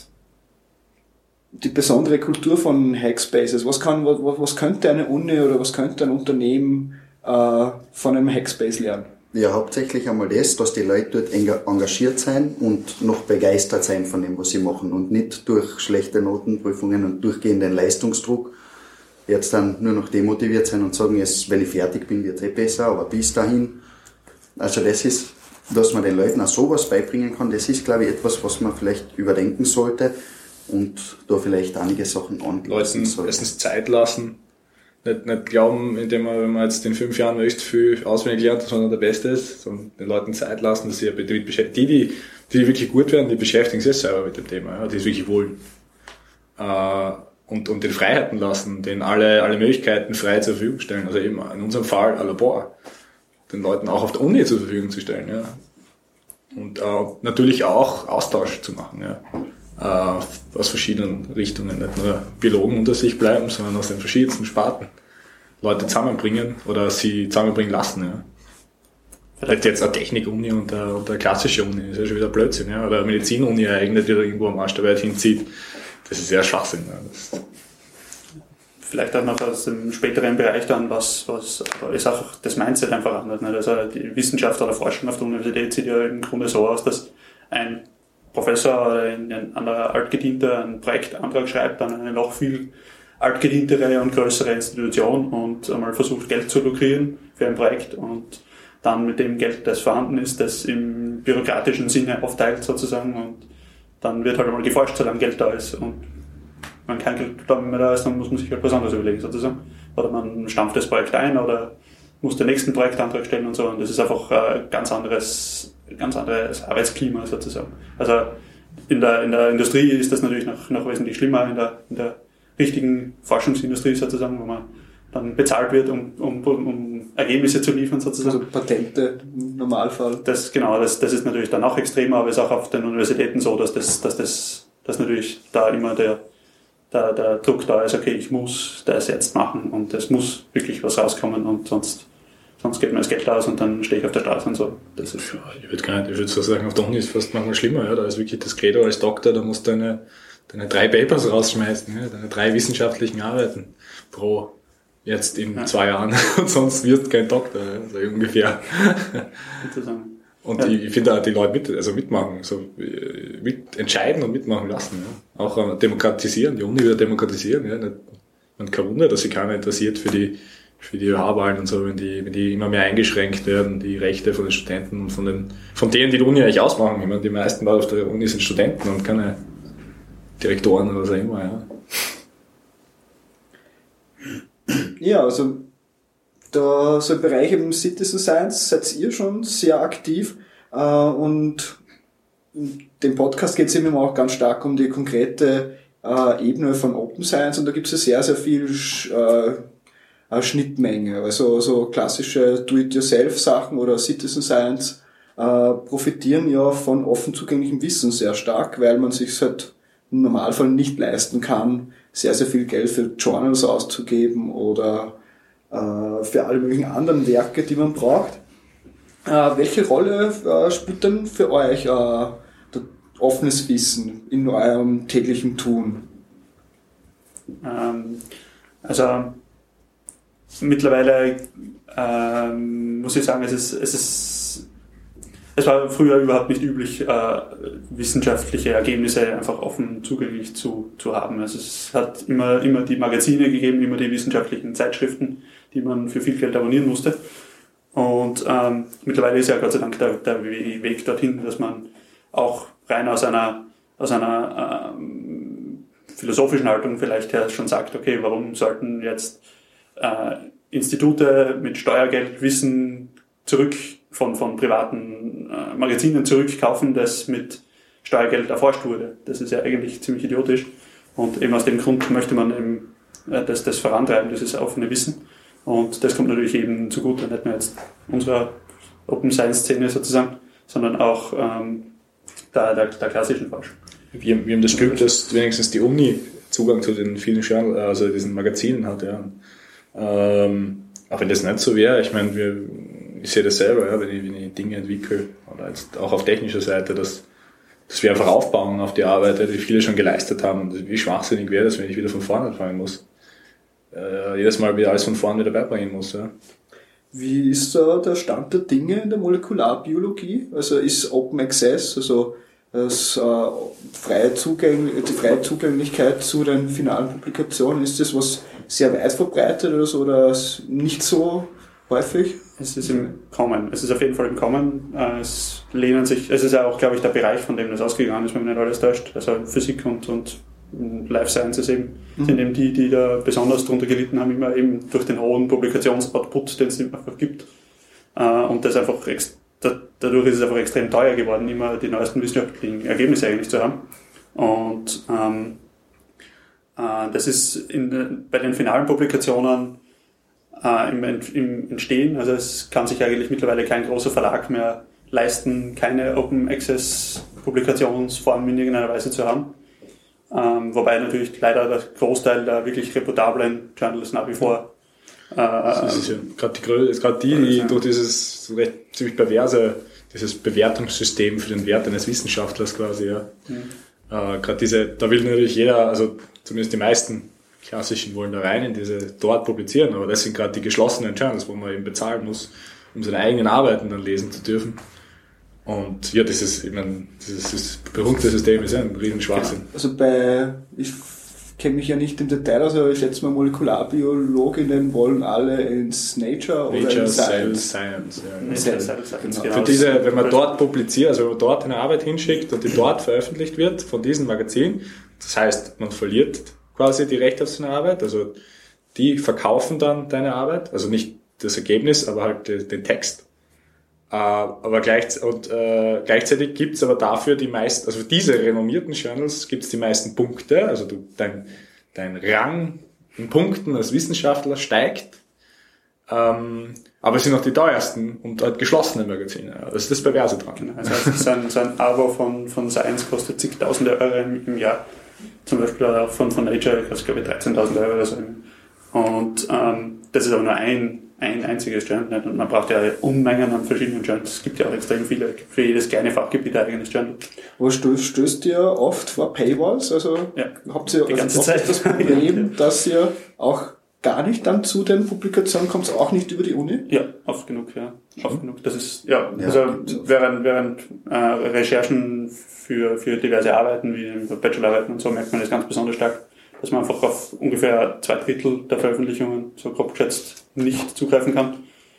die besondere Kultur von Hackspaces? Was kann, was, was könnte eine Uni oder was könnte ein Unternehmen äh, von einem Hackspace lernen? Ja, hauptsächlich einmal das, dass die Leute dort engagiert sein und noch begeistert sein von dem, was sie machen und nicht durch schlechte Notenprüfungen und durchgehenden Leistungsdruck jetzt dann nur noch demotiviert sein und sagen, jetzt, wenn ich fertig bin, wird es eh besser, aber bis dahin. Also das ist, dass man den Leuten auch sowas beibringen kann, das ist, glaube ich, etwas, was man vielleicht überdenken sollte und da vielleicht einige Sachen angleichen sollte. Leuten erstens Zeit lassen. Nicht, nicht glauben, indem man, wenn man jetzt in fünf Jahren möglichst viel auswendig lernt, dass man der Beste ist, sondern den Leuten Zeit lassen, dass sie damit beschäftigen. Die, die, die wirklich gut werden, die beschäftigen sich selber mit dem Thema, ja, die es wirklich wollen. Äh, und, und den Freiheiten lassen, denen alle, alle Möglichkeiten frei zur Verfügung stellen. Also eben in unserem Fall ein Labor. Den Leuten auch auf der Uni zur Verfügung zu stellen, ja. Und äh, natürlich auch Austausch zu machen, ja. äh, aus verschiedenen Richtungen, nicht nur Biologen unter sich bleiben, sondern aus den verschiedensten Sparten Leute zusammenbringen oder sie zusammenbringen lassen. Ja. Vielleicht jetzt eine Technik-Uni und eine, und eine klassische Uni, das ist ja schon wieder Blödsinn. Ja. Oder eine Medizin-Uni eignet, die da irgendwo am Arsch der Welt hinzieht, das ist ja Schwachsinn. Ja. Das Vielleicht auch noch aus dem späteren Bereich dann, was, was ist auch das Mindset einfach anders. Nicht? Also die Wissenschaft oder Forschung auf der Universität sieht ja im Grunde so aus, dass ein Professor oder ein anderer Altgedienter einen Projektantrag schreibt an eine noch viel altgedientere und größere Institution und einmal versucht, Geld zu lukrieren für ein Projekt und dann mit dem Geld, das vorhanden ist, das im bürokratischen Sinne aufteilt sozusagen und dann wird halt einmal geforscht, solange Geld da ist und wenn kein Geld mehr da ist, dann muss man sich halt was anderes überlegen sozusagen. Oder man stampft das Projekt ein oder muss den nächsten Projektantrag stellen und so. Und das ist einfach ein ganz anderes, ganz anderes Arbeitsklima sozusagen. Also in der, in der Industrie ist das natürlich noch, noch wesentlich schlimmer, in der, in der richtigen Forschungsindustrie sozusagen, wo man dann bezahlt wird, um, um, um Ergebnisse zu liefern sozusagen. Also Patente im Normalfall. Das, genau, das, das ist natürlich dann auch extremer, aber es ist auch auf den Universitäten so, dass das, dass das, dass natürlich da immer der, Der, der Druck da ist, okay, ich muss das jetzt machen und es muss wirklich was rauskommen und sonst, sonst geht mir das Geld aus und dann stehe ich auf der Straße und so. Das ist ja, ich würde gar nicht, ich würde so sagen, auf der Uni ist es fast manchmal schlimmer, ja, da ist wirklich das Credo als Doktor, da musst du deine, deine drei Papers rausschmeißen, ja, deine drei wissenschaftlichen Arbeiten pro jetzt in ja. zwei Jahren und sonst wirst du kein Doktor, ja, so ungefähr. Sozusagen. Und ja. ich, ich finde auch die Leute mit, also mitmachen, so mit entscheiden und mitmachen lassen. Ja. Auch äh, demokratisieren, die Uni wieder demokratisieren. Ja. Man kein Wunder, dass sich keiner interessiert für die für die Wahlen und so, wenn die wenn die immer mehr eingeschränkt werden, die Rechte von den Studenten und von den von denen, die die Uni eigentlich ausmachen. Ich meine, die meisten Leute auf der Uni sind Studenten und keine Direktoren oder so immer. Ja, ja also da so im Bereich im Citizen Science seid ihr schon sehr aktiv äh, und in dem Podcast geht es eben auch ganz stark um die konkrete äh, Ebene von Open Science und da gibt es ja sehr, sehr viel äh, Schnittmenge. Also so klassische Do-it-yourself-Sachen oder Citizen Science äh, profitieren ja von offen zugänglichem Wissen sehr stark, weil man sich halt im Normalfall nicht leisten kann, sehr, sehr viel Geld für Journals auszugeben oder für alle möglichen anderen Werke, die man braucht. Äh, welche Rolle äh, spielt denn für euch äh, offenes Wissen in eurem täglichen Tun? Ähm, also mittlerweile ähm, muss ich sagen, es ist, es ist es war früher überhaupt nicht üblich, äh, wissenschaftliche Ergebnisse einfach offen zugänglich zu, zu haben. Also es hat immer, immer die Magazine gegeben, immer die wissenschaftlichen Zeitschriften, die man für viel Geld abonnieren musste. Und ähm, mittlerweile ist ja Gott sei Dank der, der Weg dorthin, dass man auch rein aus einer, aus einer ähm, philosophischen Haltung vielleicht her schon sagt, okay, warum sollten jetzt äh, Institute mit Steuergeld Wissen zurück von, von privaten äh, Magazinen zurückkaufen, das mit Steuergeld erforscht wurde. Das ist ja eigentlich ziemlich idiotisch. Und eben aus dem Grund möchte man eben äh, das, das vorantreiben, dieses offene Wissen. Und das kommt natürlich eben zugute, nicht nur jetzt unserer Open Science Szene sozusagen, sondern auch ähm, der, der, der klassischen Forschung. Wir, wir haben das Glück, dass wenigstens die Uni Zugang zu den vielen Journal, also diesen Magazinen hat. Ja. Ähm, auch wenn das nicht so wäre, ich meine, wir, ich sehe das selber, ja, wenn, ich, wenn ich Dinge entwickle, oder jetzt auch auf technischer Seite, dass, dass wir einfach aufbauen auf die Arbeit, die viele schon geleistet haben. Und wie schwachsinnig wäre das, wenn ich wieder von vorne anfangen muss. Äh, jedes Mal wieder alles von vorne wieder beibringen muss. Ja. Wie ist da der Stand der Dinge in der Molekularbiologie? Also ist Open Access, also das, äh, freie Zugänglich- die freie Zugänglichkeit zu den finalen Publikationen, ist das was sehr weit verbreitet oder so, oder nicht so häufig? Es ist im Kommen. Es ist auf jeden Fall im Kommen. Es lehnen sich, es ist ja auch, glaube ich, der Bereich, von dem das ausgegangen ist, wenn man nicht alles täuscht. Also Physik und, und Life Sciences eben, mhm. sind eben die, die da besonders drunter gelitten haben, immer eben durch den hohen Publikationsoutput, den es einfach gibt. Und das einfach, dadurch ist es einfach extrem teuer geworden, immer die neuesten wissenschaftlichen Ergebnisse eigentlich zu haben. Und ähm, äh, das ist in, bei den finalen Publikationen äh, im, im Entstehen, also es kann sich eigentlich mittlerweile kein großer Verlag mehr leisten, keine Open Access Publikationsform in irgendeiner Weise zu haben. Ähm, wobei natürlich leider der Großteil der wirklich reputablen Journals nach wie vor äh, das ist ja gerade die, Grö- gerade die, die durch dieses recht ziemlich perverse, dieses Bewertungssystem für den Wert eines Wissenschaftlers quasi, ja. Mhm. Äh, gerade diese, da will natürlich jeder, also zumindest die meisten klassischen wollen da rein in diese, dort publizieren, aber das sind gerade die geschlossenen Journals, wo man eben bezahlen muss, um seine eigenen Arbeiten dann lesen zu dürfen. Und ja, dieses, ich meine, dieses, dieses berühmte System ist ja ein riesen Schwachsinn. Also bei, ich kenne mich ja nicht im Detail aus, aber ich schätze mal, Molekularbiologinnen wollen alle ins Nature, Nature oder in Cell Science. Science, ja. Nature Cell Science, Genau. genau. Für diese, wenn man dort publiziert, also wenn man dort eine Arbeit hinschickt und die dort veröffentlicht wird von diesem Magazin, das heißt, man verliert quasi die Rechte auf seine Arbeit, also die verkaufen dann deine Arbeit, also nicht das Ergebnis, aber halt den Text. Uh, aber gleich, und, uh, gleichzeitig gibt's aber dafür die meisten, also für diese renommierten Journals gibt's die meisten Punkte, also du, dein, dein Rang in Punkten als Wissenschaftler steigt, um, aber es sind auch die teuersten und halt geschlossene Magazine. Das ist das Perverse dran. Genau. Das heißt, so ein, so ein Abo von, von Science kostet zigtausende Euro im, im Jahr. Zum Beispiel auch von, von Nature kostet, glaube ich, dreizehntausend Euro oder so. Und ähm, das ist aber nur ein ein einziges Journal nicht. Und man braucht ja Unmengen an verschiedenen Journals. Es gibt ja auch extrem viele, für jedes kleine Fachgebiet ein eigenes Journal. Aber stößt, stößt ihr oft vor Paywalls? Also ja, habt ihr die also ganze oft Zeit das Problem, dass ihr auch gar nicht dann zu den Publikationen kommt, auch nicht über die Uni? Ja, oft genug, ja. Oft genug. Das ist, ja, Ja, also während, während äh, Recherchen für, für diverse Arbeiten, wie Bachelorarbeiten und so, merkt man das ganz besonders stark, dass man einfach auf ungefähr zwei Drittel der Veröffentlichungen, so grob geschätzt, nicht zugreifen kann.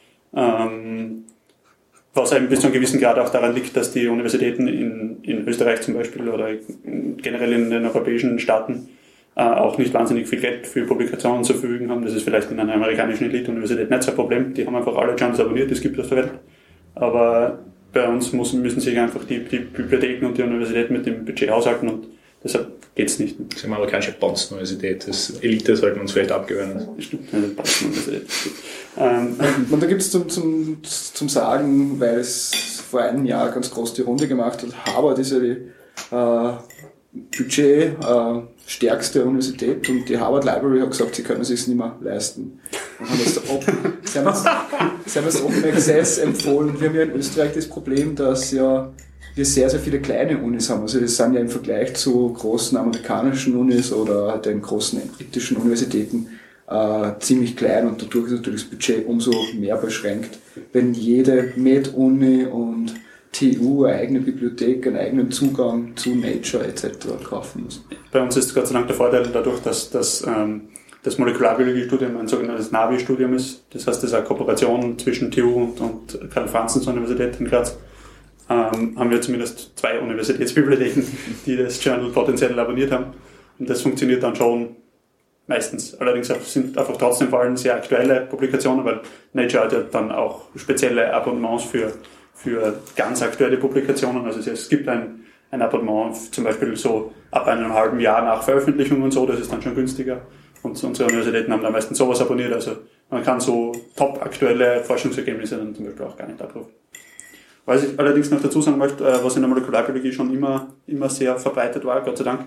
Ähm, was eben bis zu einem gewissen Grad auch daran liegt, dass die Universitäten in, in Österreich zum Beispiel oder generell in den europäischen Staaten äh, auch nicht wahnsinnig viel Geld für Publikationen zur Verfügung haben. Das ist vielleicht in einer amerikanischen Elite-Universität nicht so ein Problem. Die haben einfach alle Journals abonniert, es gibt auf der Welt. Aber bei uns muss, müssen sich einfach die, die Bibliotheken und die Universitäten mit dem Budget haushalten und deshalb geht's nicht. Das ist eine amerikanische Bonn-Universität. Das Elite sollten wir uns vielleicht abgewöhnen. Stimmt, eine Bonn-Universität. ähm, Und da gibt's zum, zum, zum Sagen, weil es vor einem Jahr ganz groß die Runde gemacht hat, Harvard ist ja die äh, Budget äh, stärkste Universität und die Harvard Library hat gesagt, sie können es sich nicht mehr leisten. Und haben jetzt open, sie haben jetzt, sie haben jetzt Open Access empfohlen. Wir haben ja in Österreich das Problem, dass ja wir sehr, sehr viele kleine Unis haben. Also das sind ja im Vergleich zu großen amerikanischen Unis oder den großen britischen Universitäten äh, ziemlich klein und dadurch ist natürlich das Budget umso mehr beschränkt. Wenn jede Med-Uni und T U eine eigene Bibliothek, einen eigenen Zugang zu Nature et cetera kaufen muss. Bei uns ist Gott sei Dank der Vorteil dadurch, dass, dass ähm, das Molekularbiologiestudium ein sogenanntes Navi-Studium ist. Das heißt, das ist eine Kooperation zwischen T U und, und Karl-Franzens-Universität in Graz. Ähm, haben wir zumindest zwei Universitätsbibliotheken, die das Journal potenziell abonniert haben. Und das funktioniert dann schon meistens. Allerdings sind einfach trotzdem vor allem sehr aktuelle Publikationen, weil Nature hat ja dann auch spezielle Abonnements für, für ganz aktuelle Publikationen. Also es gibt ein, ein Abonnement zum Beispiel so ab einem halben Jahr nach Veröffentlichung und so, das ist dann schon günstiger. Und unsere Universitäten haben da meistens sowas abonniert. Also man kann so top aktuelle Forschungsergebnisse dann zum Beispiel auch gar nicht abrufen. Was ich allerdings noch dazu sagen möchte, was in der Molekularbiologie schon immer, immer sehr verbreitet war, Gott sei Dank,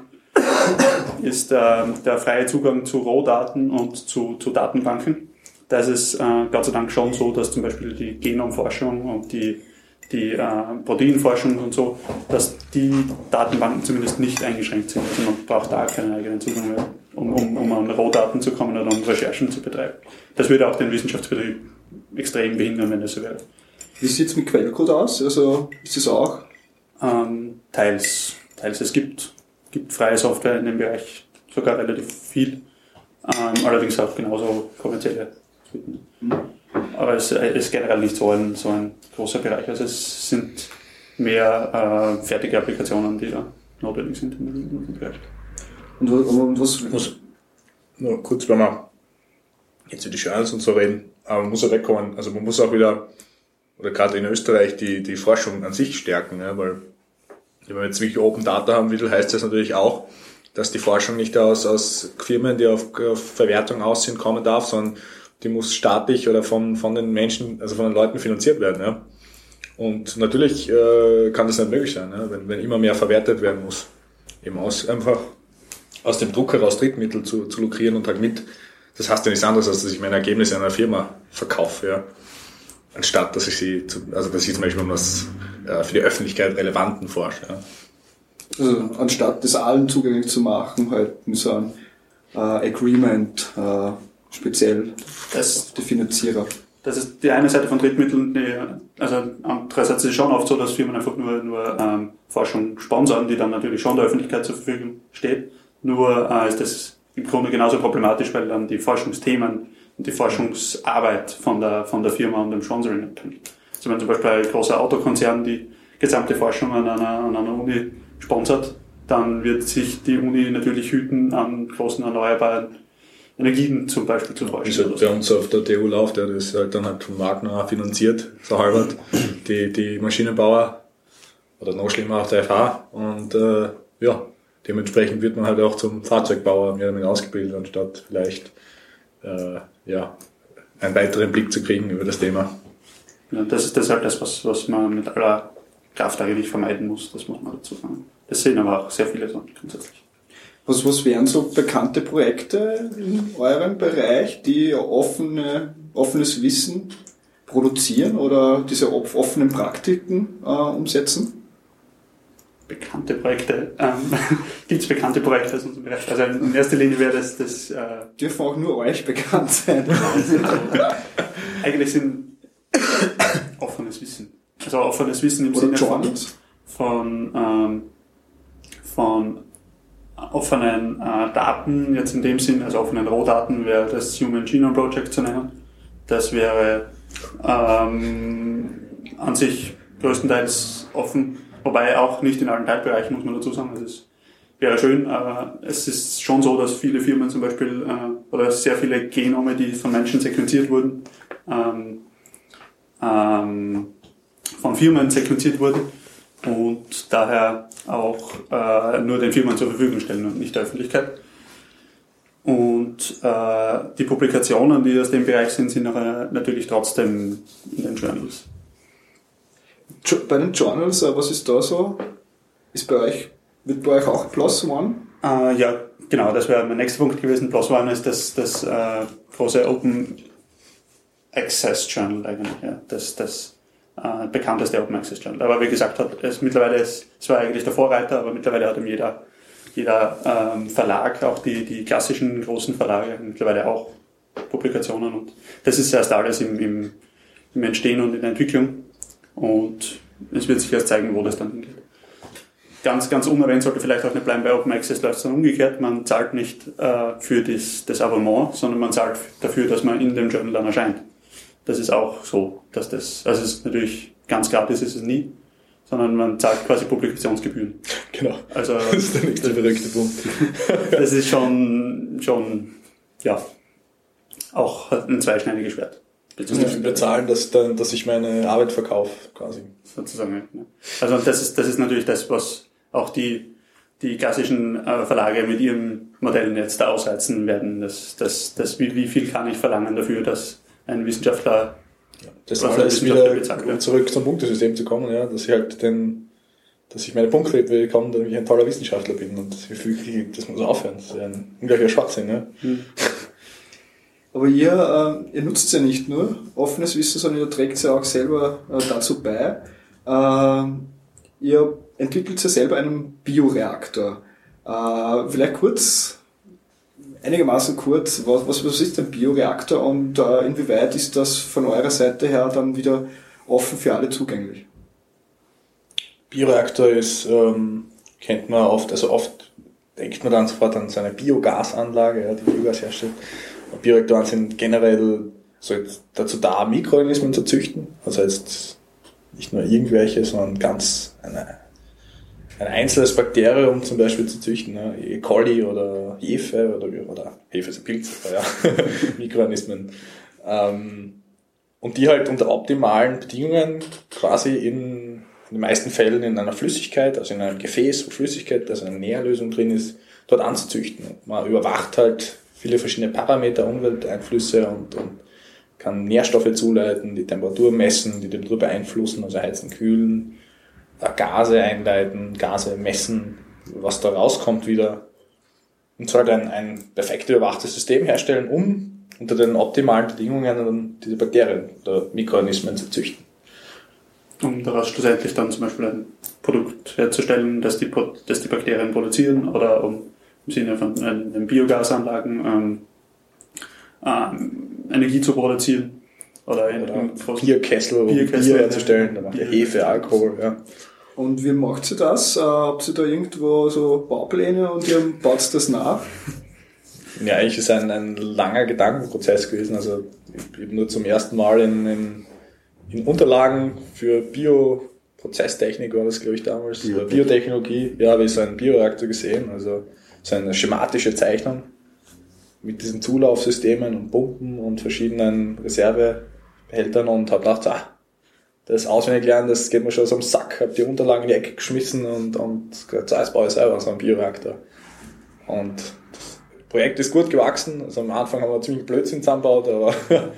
ist äh, der freie Zugang zu Rohdaten und zu, zu Datenbanken. Da ist es äh, Gott sei Dank schon so, dass zum Beispiel die Genomforschung und die, die äh, Proteinforschung und so, dass die Datenbanken zumindest nicht eingeschränkt sind. Also man braucht da keinen eigenen Zugang mehr, um, um, um an Rohdaten zu kommen oder um Recherchen zu betreiben. Das würde auch den Wissenschaftsbetrieb extrem behindern, wenn das so wäre. Wie sieht's mit Quellcode aus? Also ist das auch? Ähm, teils, teils. Es gibt, gibt freie Software in dem Bereich sogar relativ viel. Ähm, allerdings auch genauso kommerzielle Suiten. Mhm. Aber es ist generell nicht so ein, so ein großer Bereich. Also es sind mehr äh, fertige Applikationen, die da notwendig sind in dem Bereich. Und, und was? Muss, nur kurz, wenn wir jetzt über die Journals und so reden, aber man muss auch wegkommen. Also man muss auch wieder, oder gerade in Österreich, die, die Forschung an sich stärken, ja, weil wenn wir jetzt wirklich Open Data haben will, heißt das natürlich auch, dass die Forschung nicht aus, aus Firmen, die auf, auf Verwertung aus sind, kommen darf, sondern die muss staatlich oder von, von den Menschen, also von den Leuten finanziert werden. Ja. Und natürlich äh, kann das nicht möglich sein, ja, wenn, wenn immer mehr verwertet werden muss. Eben aus einfach aus dem Druck heraus Drittmittel zu, zu lukrieren und halt mit, das heißt ja nichts anderes, als dass ich meine Ergebnisse einer Firma verkaufe, ja. Anstatt, dass ich sie, zu, also dass ich zum Beispiel um was äh, für die Öffentlichkeit Relevanten forsche, ja. Also anstatt das allen zugänglich zu machen, halt mit so einem äh, Agreement äh, speziell Das, die Finanzierer. das ist die eine Seite von Drittmitteln, die, also andererseits ist es schon oft so, dass Firmen einfach nur, nur ähm, Forschung sponsern, die dann natürlich schon der Öffentlichkeit zur Verfügung steht. Nur äh, ist das im Grunde genauso problematisch, weil dann die Forschungsthemen und die Forschungsarbeit von der, von der Firma und dem Sponsoring abhängt. Also wenn zum Beispiel ein großer Autokonzern die gesamte Forschung an einer, an einer Uni sponsert, dann wird sich die Uni natürlich hüten, an großen erneuerbaren Energien zum Beispiel zu forschen. Also bei uns auf der T U läuft, ja, das ist halt dann halt vom Magna finanziert, so halbert, die, die Maschinenbauer oder noch schlimmer auch der F H und äh, ja, dementsprechend wird man halt auch zum Fahrzeugbauer mehr oder weniger ausgebildet, anstatt vielleicht äh, ja, einen weiteren Blick zu kriegen über das Thema. Ja, das ist das halt das, was, was man mit aller Kraft eigentlich vermeiden muss, das muss man dazu sagen. Das sehen aber auch sehr viele so grundsätzlich. Was, was wären so bekannte Projekte in eurem Bereich, die offene, offenes Wissen produzieren oder diese offenen Praktiken äh, umsetzen? Bekannte Projekte. Ähm, Gibt es bekannte Projekte aus unserem Bereich? Also in erster Linie wäre das... das äh, dürfen auch nur euch bekannt sein. Eigentlich sind offenes Wissen. Also offenes Wissen im Oder Sinne von, Journals? von, ähm, von offenen äh, Daten, jetzt in dem Sinn, also offenen Rohdaten wäre das Human Genome Project zu nennen. Das wäre ähm, an sich größtenteils offen, wobei auch nicht in allen Teilbereichen, muss man dazu sagen. Das ist, wäre schön, aber es ist schon so, dass viele Firmen zum Beispiel, äh, oder sehr viele Genome, die von Menschen sequenziert wurden, ähm, ähm, von Firmen sequenziert wurden und daher auch äh, nur den Firmen zur Verfügung stellen und nicht der Öffentlichkeit. Und äh, die Publikationen, die aus dem Bereich sind, sind nachher natürlich trotzdem in den Journals. Bei den Journals, äh, was ist da so? Ist bei euch, wird bei euch auch PLOS ONE? Äh, ja, genau, das wäre mein nächster Punkt gewesen. PLOS ONE ist das, das äh, große Open Access Journal eigentlich, ja, das, das äh, bekannteste Open Access Journal. Aber wie gesagt, hat es mittlerweile ist, es war eigentlich der Vorreiter, aber mittlerweile hat ihm jeder, jeder ähm, Verlag, auch die, die klassischen großen Verlage, mittlerweile auch Publikationen und das ist erst alles im, im, im Entstehen und in der Entwicklung und es wird sich erst zeigen, wo das dann hingeht. Ganz, ganz unerwähnt sollte vielleicht auch nicht bleiben, bei Open Access läuft es dann umgekehrt. Man zahlt nicht äh, für das, das Abonnement, sondern man zahlt dafür, dass man in dem Journal dann erscheint. Das ist auch so, dass das, also es ist natürlich ganz gratis ist es nie, sondern man zahlt quasi Publikationsgebühren. Genau. Also, das ist der nächste verrückte Punkt. Das ist schon, schon, ja, auch ein zweischneidiges Schwert. Wir bezahlen, dass, dann, dass ich meine Arbeit verkaufe, quasi. Sozusagen, ja. Also das ist, das ist natürlich das, was auch die, die klassischen äh, Verlage mit ihren Modellen jetzt da ausreizen werden. Das, das, das, wie, wie viel kann ich verlangen dafür, dass ein Wissenschaftler, ja, das was alles Wissenschaftler wieder, bezahlt wird. Zurück zum Punktesystem zu kommen, ja, dass ich halt den, dass ich meine Punkte bekomme, damit ich ein toller Wissenschaftler bin und wie viel, das muss aufhören. Das ist ja ein unglaublicher Schwachsinn, ja. Hm. Aber ihr, äh, ihr nutzt ja nicht nur offenes Wissen, sondern ihr trägt es ja auch selber äh, dazu bei. Äh, ihr entwickelt ja selber einen Bioreaktor. Äh, vielleicht kurz, einigermaßen kurz, was, was, was ist ein Bioreaktor und äh, inwieweit ist das von eurer Seite her dann wieder offen für alle zugänglich? Bioreaktor ist, ähm, kennt man oft, also oft denkt man dann sofort an so eine Biogasanlage, ja, die Biogas herstellt. Bioreaktoren sind generell so dazu da, Mikroorganismen zu züchten. Also jetzt nicht nur irgendwelche, sondern ganz eine, ein einzelnes Bakterium zum Beispiel zu züchten. Ne? E. coli oder Hefe oder, oder Hefe ist ein Pilz, aber ja, Mikroorganismen. Ähm, und die halt unter optimalen Bedingungen quasi in, in den meisten Fällen in einer Flüssigkeit, also in einem Gefäß, wo Flüssigkeit, also eine Nährlösung drin ist, dort anzuzüchten. Und man überwacht halt viele verschiedene Parameter, Umwelteinflüsse und, und kann Nährstoffe zuleiten, die Temperatur messen, die die Temperatur beeinflussen, also heizen, kühlen, Gase einleiten, Gase messen, was da rauskommt wieder. und soll ein, ein perfekt überwachtes System herstellen, um unter den optimalen Bedingungen diese Bakterien oder Mikroorganismen zu züchten. Um daraus schlussendlich dann zum Beispiel ein Produkt herzustellen, das die, das die Bakterien produzieren, oder um im Sinne von äh, Biogasanlagen ähm, ähm, Energie zu produzieren. Oder, in, oder Bierkessel, um Bier herzustellen, da macht ihr Hefe, Alkohol. Ja. Und wie macht ihr das? Äh, habt ihr da irgendwo so Baupläne und ihr baut das nach? Ja, eigentlich ist es ein, ein langer Gedankenprozess gewesen. Also ich habe nur zum ersten Mal in, in, in Unterlagen für Bioprozesstechnik, war das glaube ich damals, oder Biotechnologie, ja, habe ich so einen Bioreaktor gesehen, also so eine schematische Zeichnung mit diesen Zulaufsystemen und Pumpen und verschiedenen Reservebehältern und habe gedacht, ah, das auswendig lernen, das geht mir schon so am Sack, habe die Unterlagen in die Ecke geschmissen und, und gesagt, so, jetzt baue ich selber so einen Bioreaktor. Und das Projekt ist gut gewachsen, also am Anfang haben wir ziemlich Blödsinn zusammengebaut, aber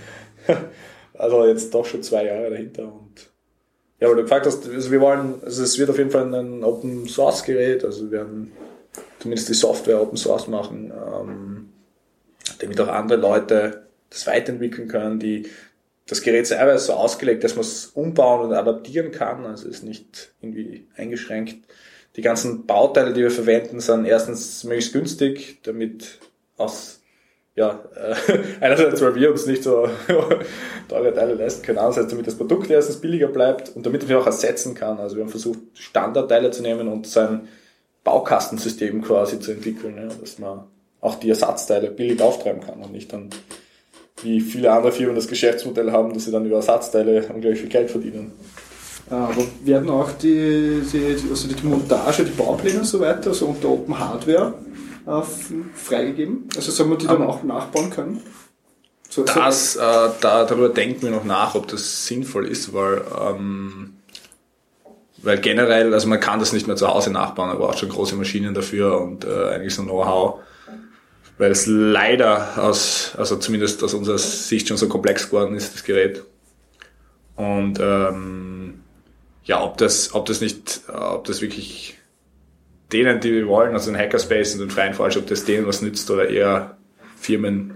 also jetzt doch schon zwei Jahre dahinter. Und ja, weil du gefragt hast, also wir wollen, also es wird auf jeden Fall ein Open Source Gerät, also wir werden zumindest die Software Open Source machen, ähm, damit auch andere Leute das weiterentwickeln können. Die, das Gerät selber ist so ausgelegt, dass man es umbauen und adaptieren kann, also ist nicht irgendwie eingeschränkt. Die ganzen Bauteile, die wir verwenden, sind erstens möglichst günstig, damit aus, ja, äh, einerseits, weil wir uns nicht so teure Teile leisten können, andererseits, damit das Produkt erstens billiger bleibt und damit man auch ersetzen kann. Also wir haben versucht, Standardteile zu nehmen und so ein Baukastensystem quasi zu entwickeln, ja, dass man auch die Ersatzteile billig auftreiben kann und nicht dann, wie viele andere Firmen das Geschäftsmodell haben, dass sie dann über Ersatzteile unglaublich viel Geld verdienen. Aber werden auch die, die, also die Montage, die Baupläne und so weiter, also unter Open Hardware äh, freigegeben? Also sollen wir die dann um, auch nachbauen können? So, das, äh, da, darüber denken wir noch nach, ob das sinnvoll ist, weil, ähm, weil generell, also man kann das nicht mehr zu Hause nachbauen, man braucht schon große Maschinen dafür und äh, eigentlich so Know-how, weil es leider aus, also zumindest aus unserer Sicht schon so komplex geworden ist, das Gerät. Und ähm, ja, ob das, ob das nicht, ob das wirklich denen, die wir wollen, also den Hackerspace und den freien Fall, ob das denen was nützt oder eher Firmen,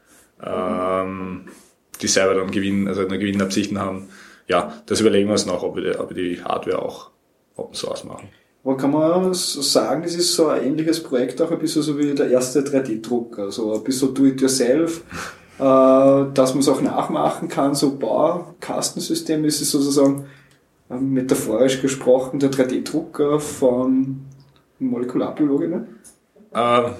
ähm, die selber dann Gewinn, also eine Gewinnabsichten haben. Ja, das überlegen wir uns noch, ob wir, ob wir die Hardware auch Open Source machen. Aber kann man sagen, das ist so ein ähnliches Projekt auch ein bisschen so wie der erste drei D-Drucker, also ein bisschen do-it-yourself, äh, dass man es auch nachmachen kann, so Baukastensystem ist es sozusagen metaphorisch gesprochen der drei D-Drucker von Molekularbiologinnen? Ähm,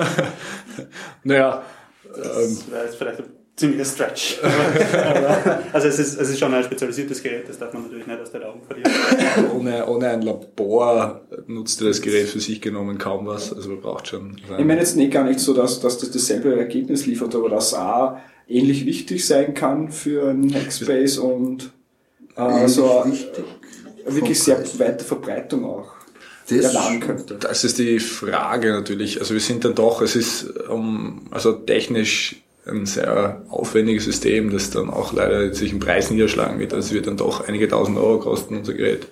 naja, das wäre jetzt vielleicht ein ziemlicher Stretch. Also es ist, es ist schon ein spezialisiertes Gerät, das darf man natürlich nicht aus den Augen verlieren. ohne, ohne ein Labor nutzt das Gerät für sich genommen kaum was, also man braucht schon... Ich meine jetzt nicht gar nicht so, dass, dass das dasselbe Ergebnis liefert, aber dass auch ähnlich wichtig sein kann für einen Hackspace und äh, so wirklich sehr weite Verbreitung auch erlangen könnte. Das ist die Frage natürlich. Also wir sind dann doch, es ist um, also technisch ein sehr aufwendiges System, das dann auch leider sich im Preis niederschlagen wird. Also es wird dann doch einige tausend Euro kosten, unser Gerät.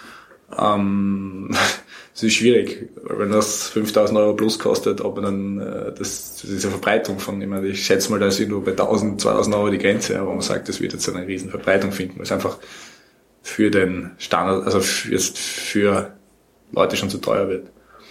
Ähm, es ist schwierig, weil wenn das fünftausend Euro plus kostet, ob man dann äh, das, diese Verbreitung von, ich meine, ich schätze mal, da ist irgendwo bei tausend, zweitausend Euro die Grenze, aber man sagt, das wird jetzt eine riesen Verbreitung finden, weil es einfach für den Standard, also für, jetzt für Leute schon zu teuer wird.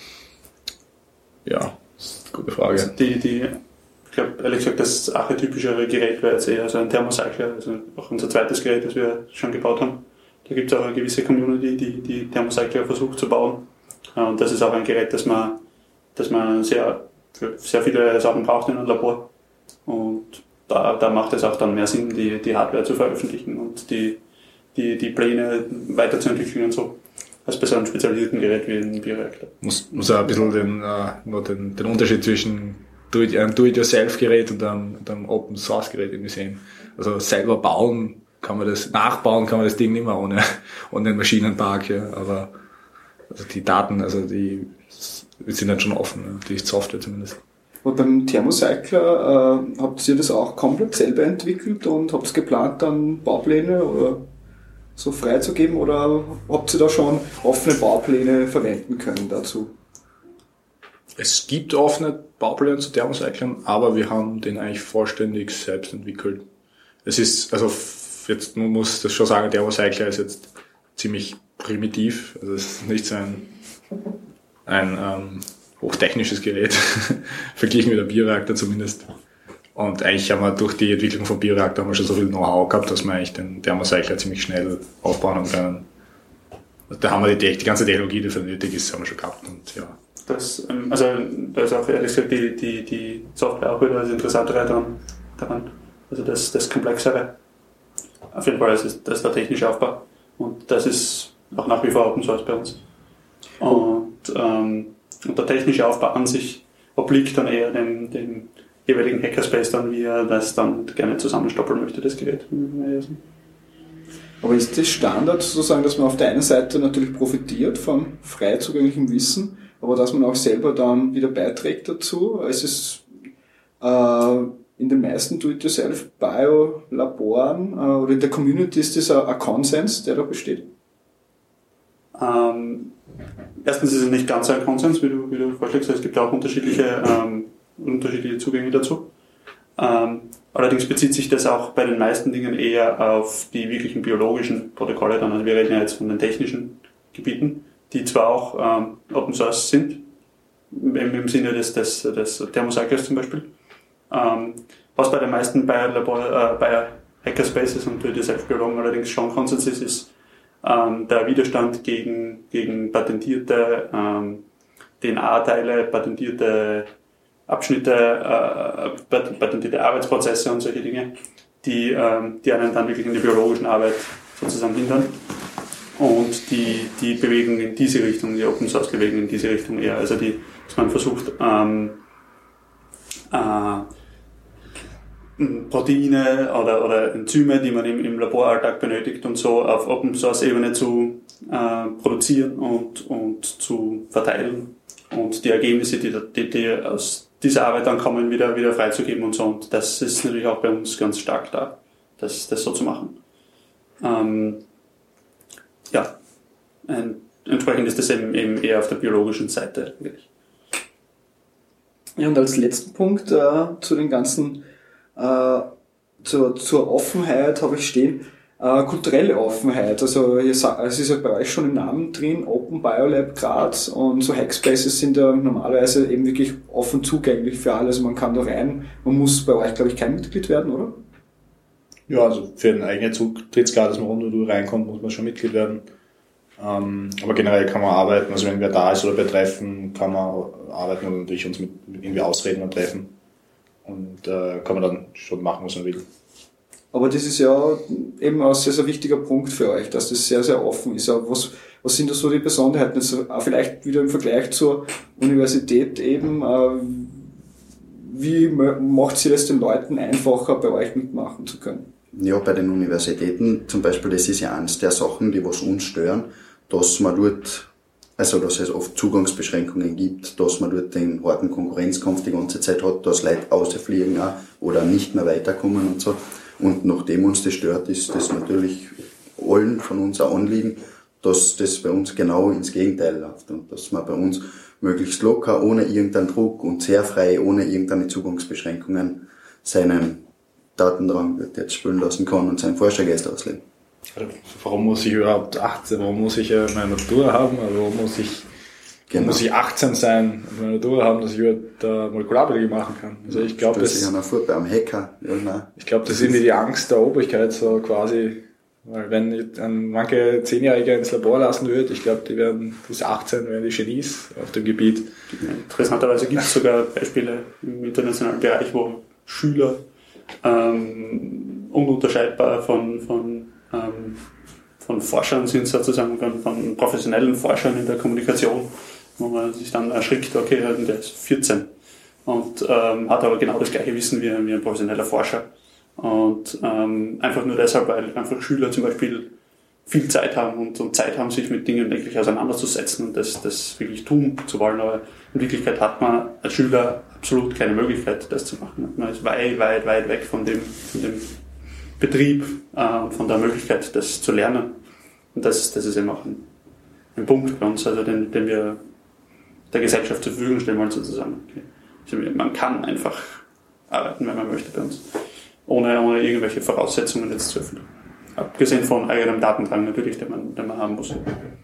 Ja, das ist eine gute Frage. Also die, die, ich glaube, ehrlich gesagt, das archetypischere Gerät wäre jetzt eher so ein Thermocycler, also auch unser zweites Gerät, das wir schon gebaut haben. Da gibt es auch eine gewisse Community, die die Thermocycler versucht zu bauen. Und das ist auch ein Gerät, das man, das man sehr, für sehr viele Sachen braucht in einem Labor. Und da, da macht es auch dann mehr Sinn, die, die Hardware zu veröffentlichen und die, die, die Pläne weiterzuentwickeln und so, als bei so einem spezialisierten Gerät wie ein Bioreaktor. Muss, muss auch ein bisschen den, äh, nur den, den Unterschied zwischen Do-it, einem Do-it-yourself-Gerät und einem, und einem Open-Source-Gerät irgendwie sehen. Also selber bauen kann man das, nachbauen kann man das Ding nicht mehr ohne, ohne den Maschinenpark, ja, aber also die Daten, also die, die sind dann schon offen, ja, die Software zumindest. Und beim Thermocycler, äh, habt ihr das auch komplett selber entwickelt und habt ihr geplant, dann Baupläne oder so freizugeben oder habt ihr da schon offene Baupläne verwenden können dazu? Es gibt offene Baupläne zu Thermocyclern, aber wir haben den eigentlich vollständig selbst entwickelt. Es ist, also jetzt man muss das schon sagen, der Thermocycler ist jetzt ziemlich primitiv, also es ist nicht so ein, ein ähm, hochtechnisches Gerät, verglichen mit einem Bioreaktor zumindest. Und eigentlich haben wir durch die Entwicklung von Bioreaktor haben wir schon so viel Know-how gehabt, dass wir eigentlich den Thermocycler ziemlich schnell aufbauen haben können. Da haben wir die, die ganze Technologie, die dafür nötig ist, haben wir schon gehabt. Und ja. Das, also da ist auch ehrlich gesagt die, die, die Software auch wieder das Interessantere daran, daran. Also das, das Komplexere. Auf jeden Fall, das ist, das ist der technische Aufbau. Und das ist auch nach wie vor Open Source bei uns. Und, ähm, und der technische Aufbau an sich obliegt dann eher dem, dem jeweiligen Hackerspace dann, wie er das dann gerne zusammenstoppeln möchte, das Gerät. Aber ist das Standard sozusagen, dass man auf der einen Seite natürlich profitiert von frei zugänglichem Wissen, aber dass man auch selber dann wieder beiträgt dazu? Es ist äh, in den meisten Do-it-yourself-Bio-Laboren äh, oder in der Community ist das ein Konsens, der da besteht? Ähm, erstens ist es nicht ganz ein Konsens, wie du, wie du vorschlägst. Es gibt auch unterschiedliche, ähm, unterschiedliche Zugänge dazu. Ähm, allerdings bezieht sich das auch bei den meisten Dingen eher auf die wirklichen biologischen Protokolle dann. Also wir reden ja jetzt von den technischen Gebieten, die zwar auch ähm, Open Source sind, im, im Sinne des, des, des Thermocyclers zum Beispiel. Ähm, was bei den meisten Bio-Labor, äh, Bio-Hackerspaces und Do-it-yourself-Biologen allerdings schon Konsens ist, ist ähm, der Widerstand gegen, gegen patentierte ähm, D N A-Teile, patentierte Abschnitte, äh, patentierte Arbeitsprozesse und solche Dinge, die, ähm, die einen dann wirklich in der biologischen Arbeit sozusagen hindern. Und die, die bewegen in diese Richtung, die Open Source bewegen in diese Richtung eher. Also die, dass man versucht, ähm, äh, Proteine oder, oder Enzyme, die man im, im Laboralltag benötigt und so auf Open Source Ebene zu äh, produzieren und, und zu verteilen und die Ergebnisse, die, die, die aus dieser Arbeit dann kommen, wieder, wieder freizugeben und so. Und das ist natürlich auch bei uns ganz stark da, das, das so zu machen. Ähm, ja, ein, entsprechend ist das eben, eben eher auf der biologischen Seite. Wirklich. Ja, und als letzten Punkt äh, zu den ganzen, äh, zur, zur Offenheit habe ich stehen, äh, kulturelle Offenheit. Also hier, es ist ja bei euch schon im Namen drin, Open Biolab Graz, und so Hackspaces sind ja normalerweise eben wirklich offen zugänglich für alle. Also man kann da rein, man muss bei euch, glaube ich, kein Mitglied werden, oder? Ja, also für eine eigene Zutrittskarte, dass man rund um die Uhr reinkommt, muss man schon Mitglied werden. Ähm, aber generell kann man arbeiten, also wenn wer da ist oder bei Treffen, kann man arbeiten und natürlich uns mit, mit irgendwie ausreden und treffen. Und äh, kann man dann schon machen, was man will. Aber das ist ja eben ein sehr, sehr wichtiger Punkt für euch, dass das sehr, sehr offen ist. Aber was, was sind da so die Besonderheiten? Also auch vielleicht wieder im Vergleich zur Universität eben, äh, wie macht ihr das den Leuten einfacher, bei euch mitmachen zu können? Ja, bei den Universitäten zum Beispiel, das ist ja eines der Sachen, die was uns stören, dass man dort, also dass es oft Zugangsbeschränkungen gibt, dass man dort den harten Konkurrenzkampf die ganze Zeit hat, dass Leute rausfliegen auch oder nicht mehr weiterkommen und so. Und nachdem uns das stört, ist das natürlich allen von uns ein Anliegen, dass das bei uns genau ins Gegenteil läuft und dass man bei uns möglichst locker, ohne irgendeinen Druck und sehr frei, ohne irgendeine Zugangsbeschränkungen seinen Datendrang jetzt spülen lassen kann und seinen Forschergeist ausleben. Warum muss ich überhaupt achtzehn, warum muss ich meine Natur haben, warum muss ich, genau. muss ich achtzehn sein und meine Natur haben, dass ich überhaupt Molekularbiologie machen kann? Also ich glaube, das, beim Hacker. Ja, nein. Ich glaube, das ist irgendwie die Angst der Obrigkeit, so quasi, weil wenn ich manche Zehnjährige ins Labor lassen würde, ich glaube, die werden bis achtzehn werden die Genies auf dem Gebiet. Interessanterweise gibt es sogar Beispiele im internationalen Bereich, wo Schüler ähm, ununterscheidbar von, von, ähm, von Forschern sind, sozusagen von, von professionellen Forschern in der Kommunikation, wo man sich dann erschrickt, okay, der ist vierzehn und ähm, hat aber genau das gleiche Wissen wie, wie ein professioneller Forscher. Und ähm, einfach nur deshalb, weil einfach Schüler zum Beispiel viel Zeit haben und, und Zeit haben, sich mit Dingen wirklich auseinanderzusetzen und das, das wirklich tun zu wollen. Aber in Wirklichkeit hat man als Schüler absolut keine Möglichkeit, das zu machen. Man ist weit, weit, weit weg von dem, von dem Betrieb, äh, von der Möglichkeit, das zu lernen. Und das, das ist eben auch ein, ein Punkt bei uns, also den, den wir der Gesellschaft zur Verfügung stellen wollen, sozusagen. Also man kann einfach arbeiten, wenn man möchte bei uns, ohne, ohne irgendwelche Voraussetzungen jetzt zu erfüllen. Abgesehen von eigenem Datendrang natürlich, den man, den man haben muss.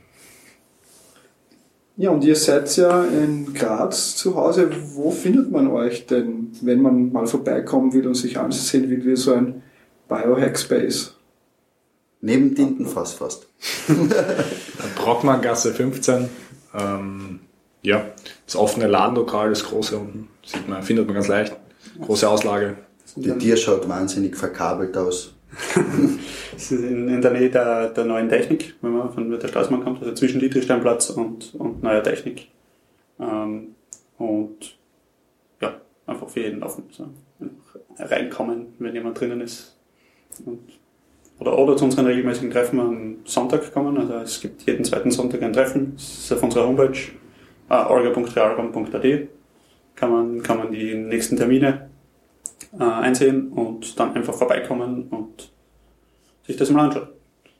Ja, und ihr seid ja in Graz zu Hause. Wo findet man euch denn, wenn man mal vorbeikommen will und sich ansehen will, wie so ein Biohackspace? Neben Tintenfass fast. Brockmanngasse fünfzehn. Ähm, ja, das offene Ladenlokal, das große unten, sieht man, findet man ganz leicht. Große Auslage. Die Tür schaut wahnsinnig verkabelt aus. Das ist in, in der Nähe der, der neuen Technik, wenn man von der Straßenbahn kommt, also zwischen Dietrichsteinplatz und, und neuer Technik. Ähm, und ja, einfach für jeden offen. So. Einfach reinkommen, wenn jemand drinnen ist. Und, oder, oder zu unseren regelmäßigen Treffen am Sonntag kommen. Also es gibt jeden zweiten Sonntag ein Treffen. Das ist auf unserer Homepage äh, orga punkt realraum punkt a t. Kann man, kann man die nächsten Termine äh, einsehen und dann einfach vorbeikommen und sich das mal anschauen.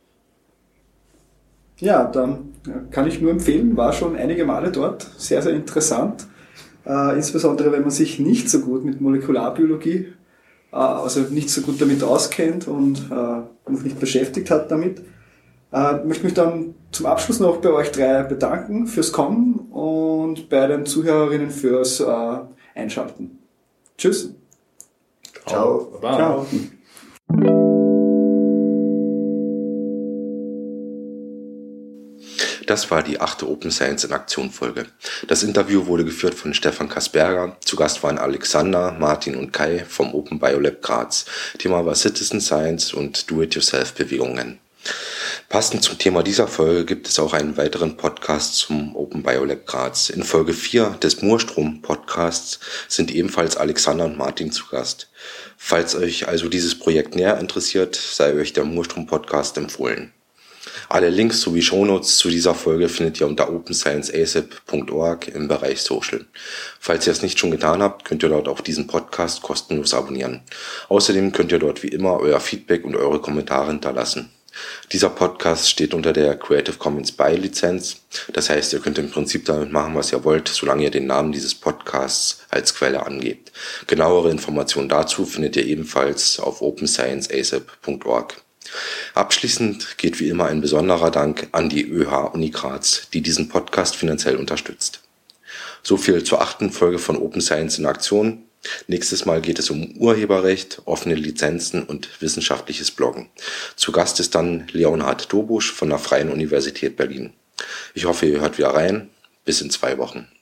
Ja, dann kann ich nur empfehlen, war schon einige Male dort, sehr, sehr interessant. Äh, insbesondere, wenn man sich nicht so gut mit Molekularbiologie, äh, also nicht so gut damit auskennt und äh, noch nicht beschäftigt hat damit. Äh, möchte mich dann zum Abschluss noch bei euch drei bedanken fürs Kommen und bei den Zuhörerinnen fürs äh, Einschalten. Tschüss. Ciao. Ciao. Ciao. Das war die achte Open Science in Aktion Folge. Das Interview wurde geführt von Stefan Kasperger. Zu Gast waren Alexander, Martin und Kai vom Open Biolab Graz. Thema war Citizen Science und Do-it-yourself-Bewegungen. Passend zum Thema dieser Folge gibt es auch einen weiteren Podcast zum Open Biolab Graz. In Folge vier des Murstrom-Podcasts sind ebenfalls Alexander und Martin zu Gast. Falls euch also dieses Projekt näher interessiert, sei euch der Murstrom-Podcast empfohlen. Alle Links sowie Shownotes zu dieser Folge findet ihr unter open science a s a p punkt org im Bereich Social. Falls ihr es nicht schon getan habt, könnt ihr dort auch diesen Podcast kostenlos abonnieren. Außerdem könnt ihr dort wie immer euer Feedback und eure Kommentare hinterlassen. Dieser Podcast steht unter der Creative Commons By Lizenz. Das heißt, ihr könnt im Prinzip damit machen, was ihr wollt, solange ihr den Namen dieses Podcasts als Quelle angebt. Genauere Informationen dazu findet ihr ebenfalls auf open science a s a p punkt org. Abschließend geht wie immer ein besonderer Dank an die Ö H Uni Graz, die diesen Podcast finanziell unterstützt. So viel zur achten Folge von Open Science in Aktion. Nächstes Mal geht es um Urheberrecht, offene Lizenzen und wissenschaftliches Bloggen. Zu Gast ist dann Leonhard Dobusch von der Freien Universität Berlin. Ich hoffe, ihr hört wieder rein. Bis in zwei Wochen.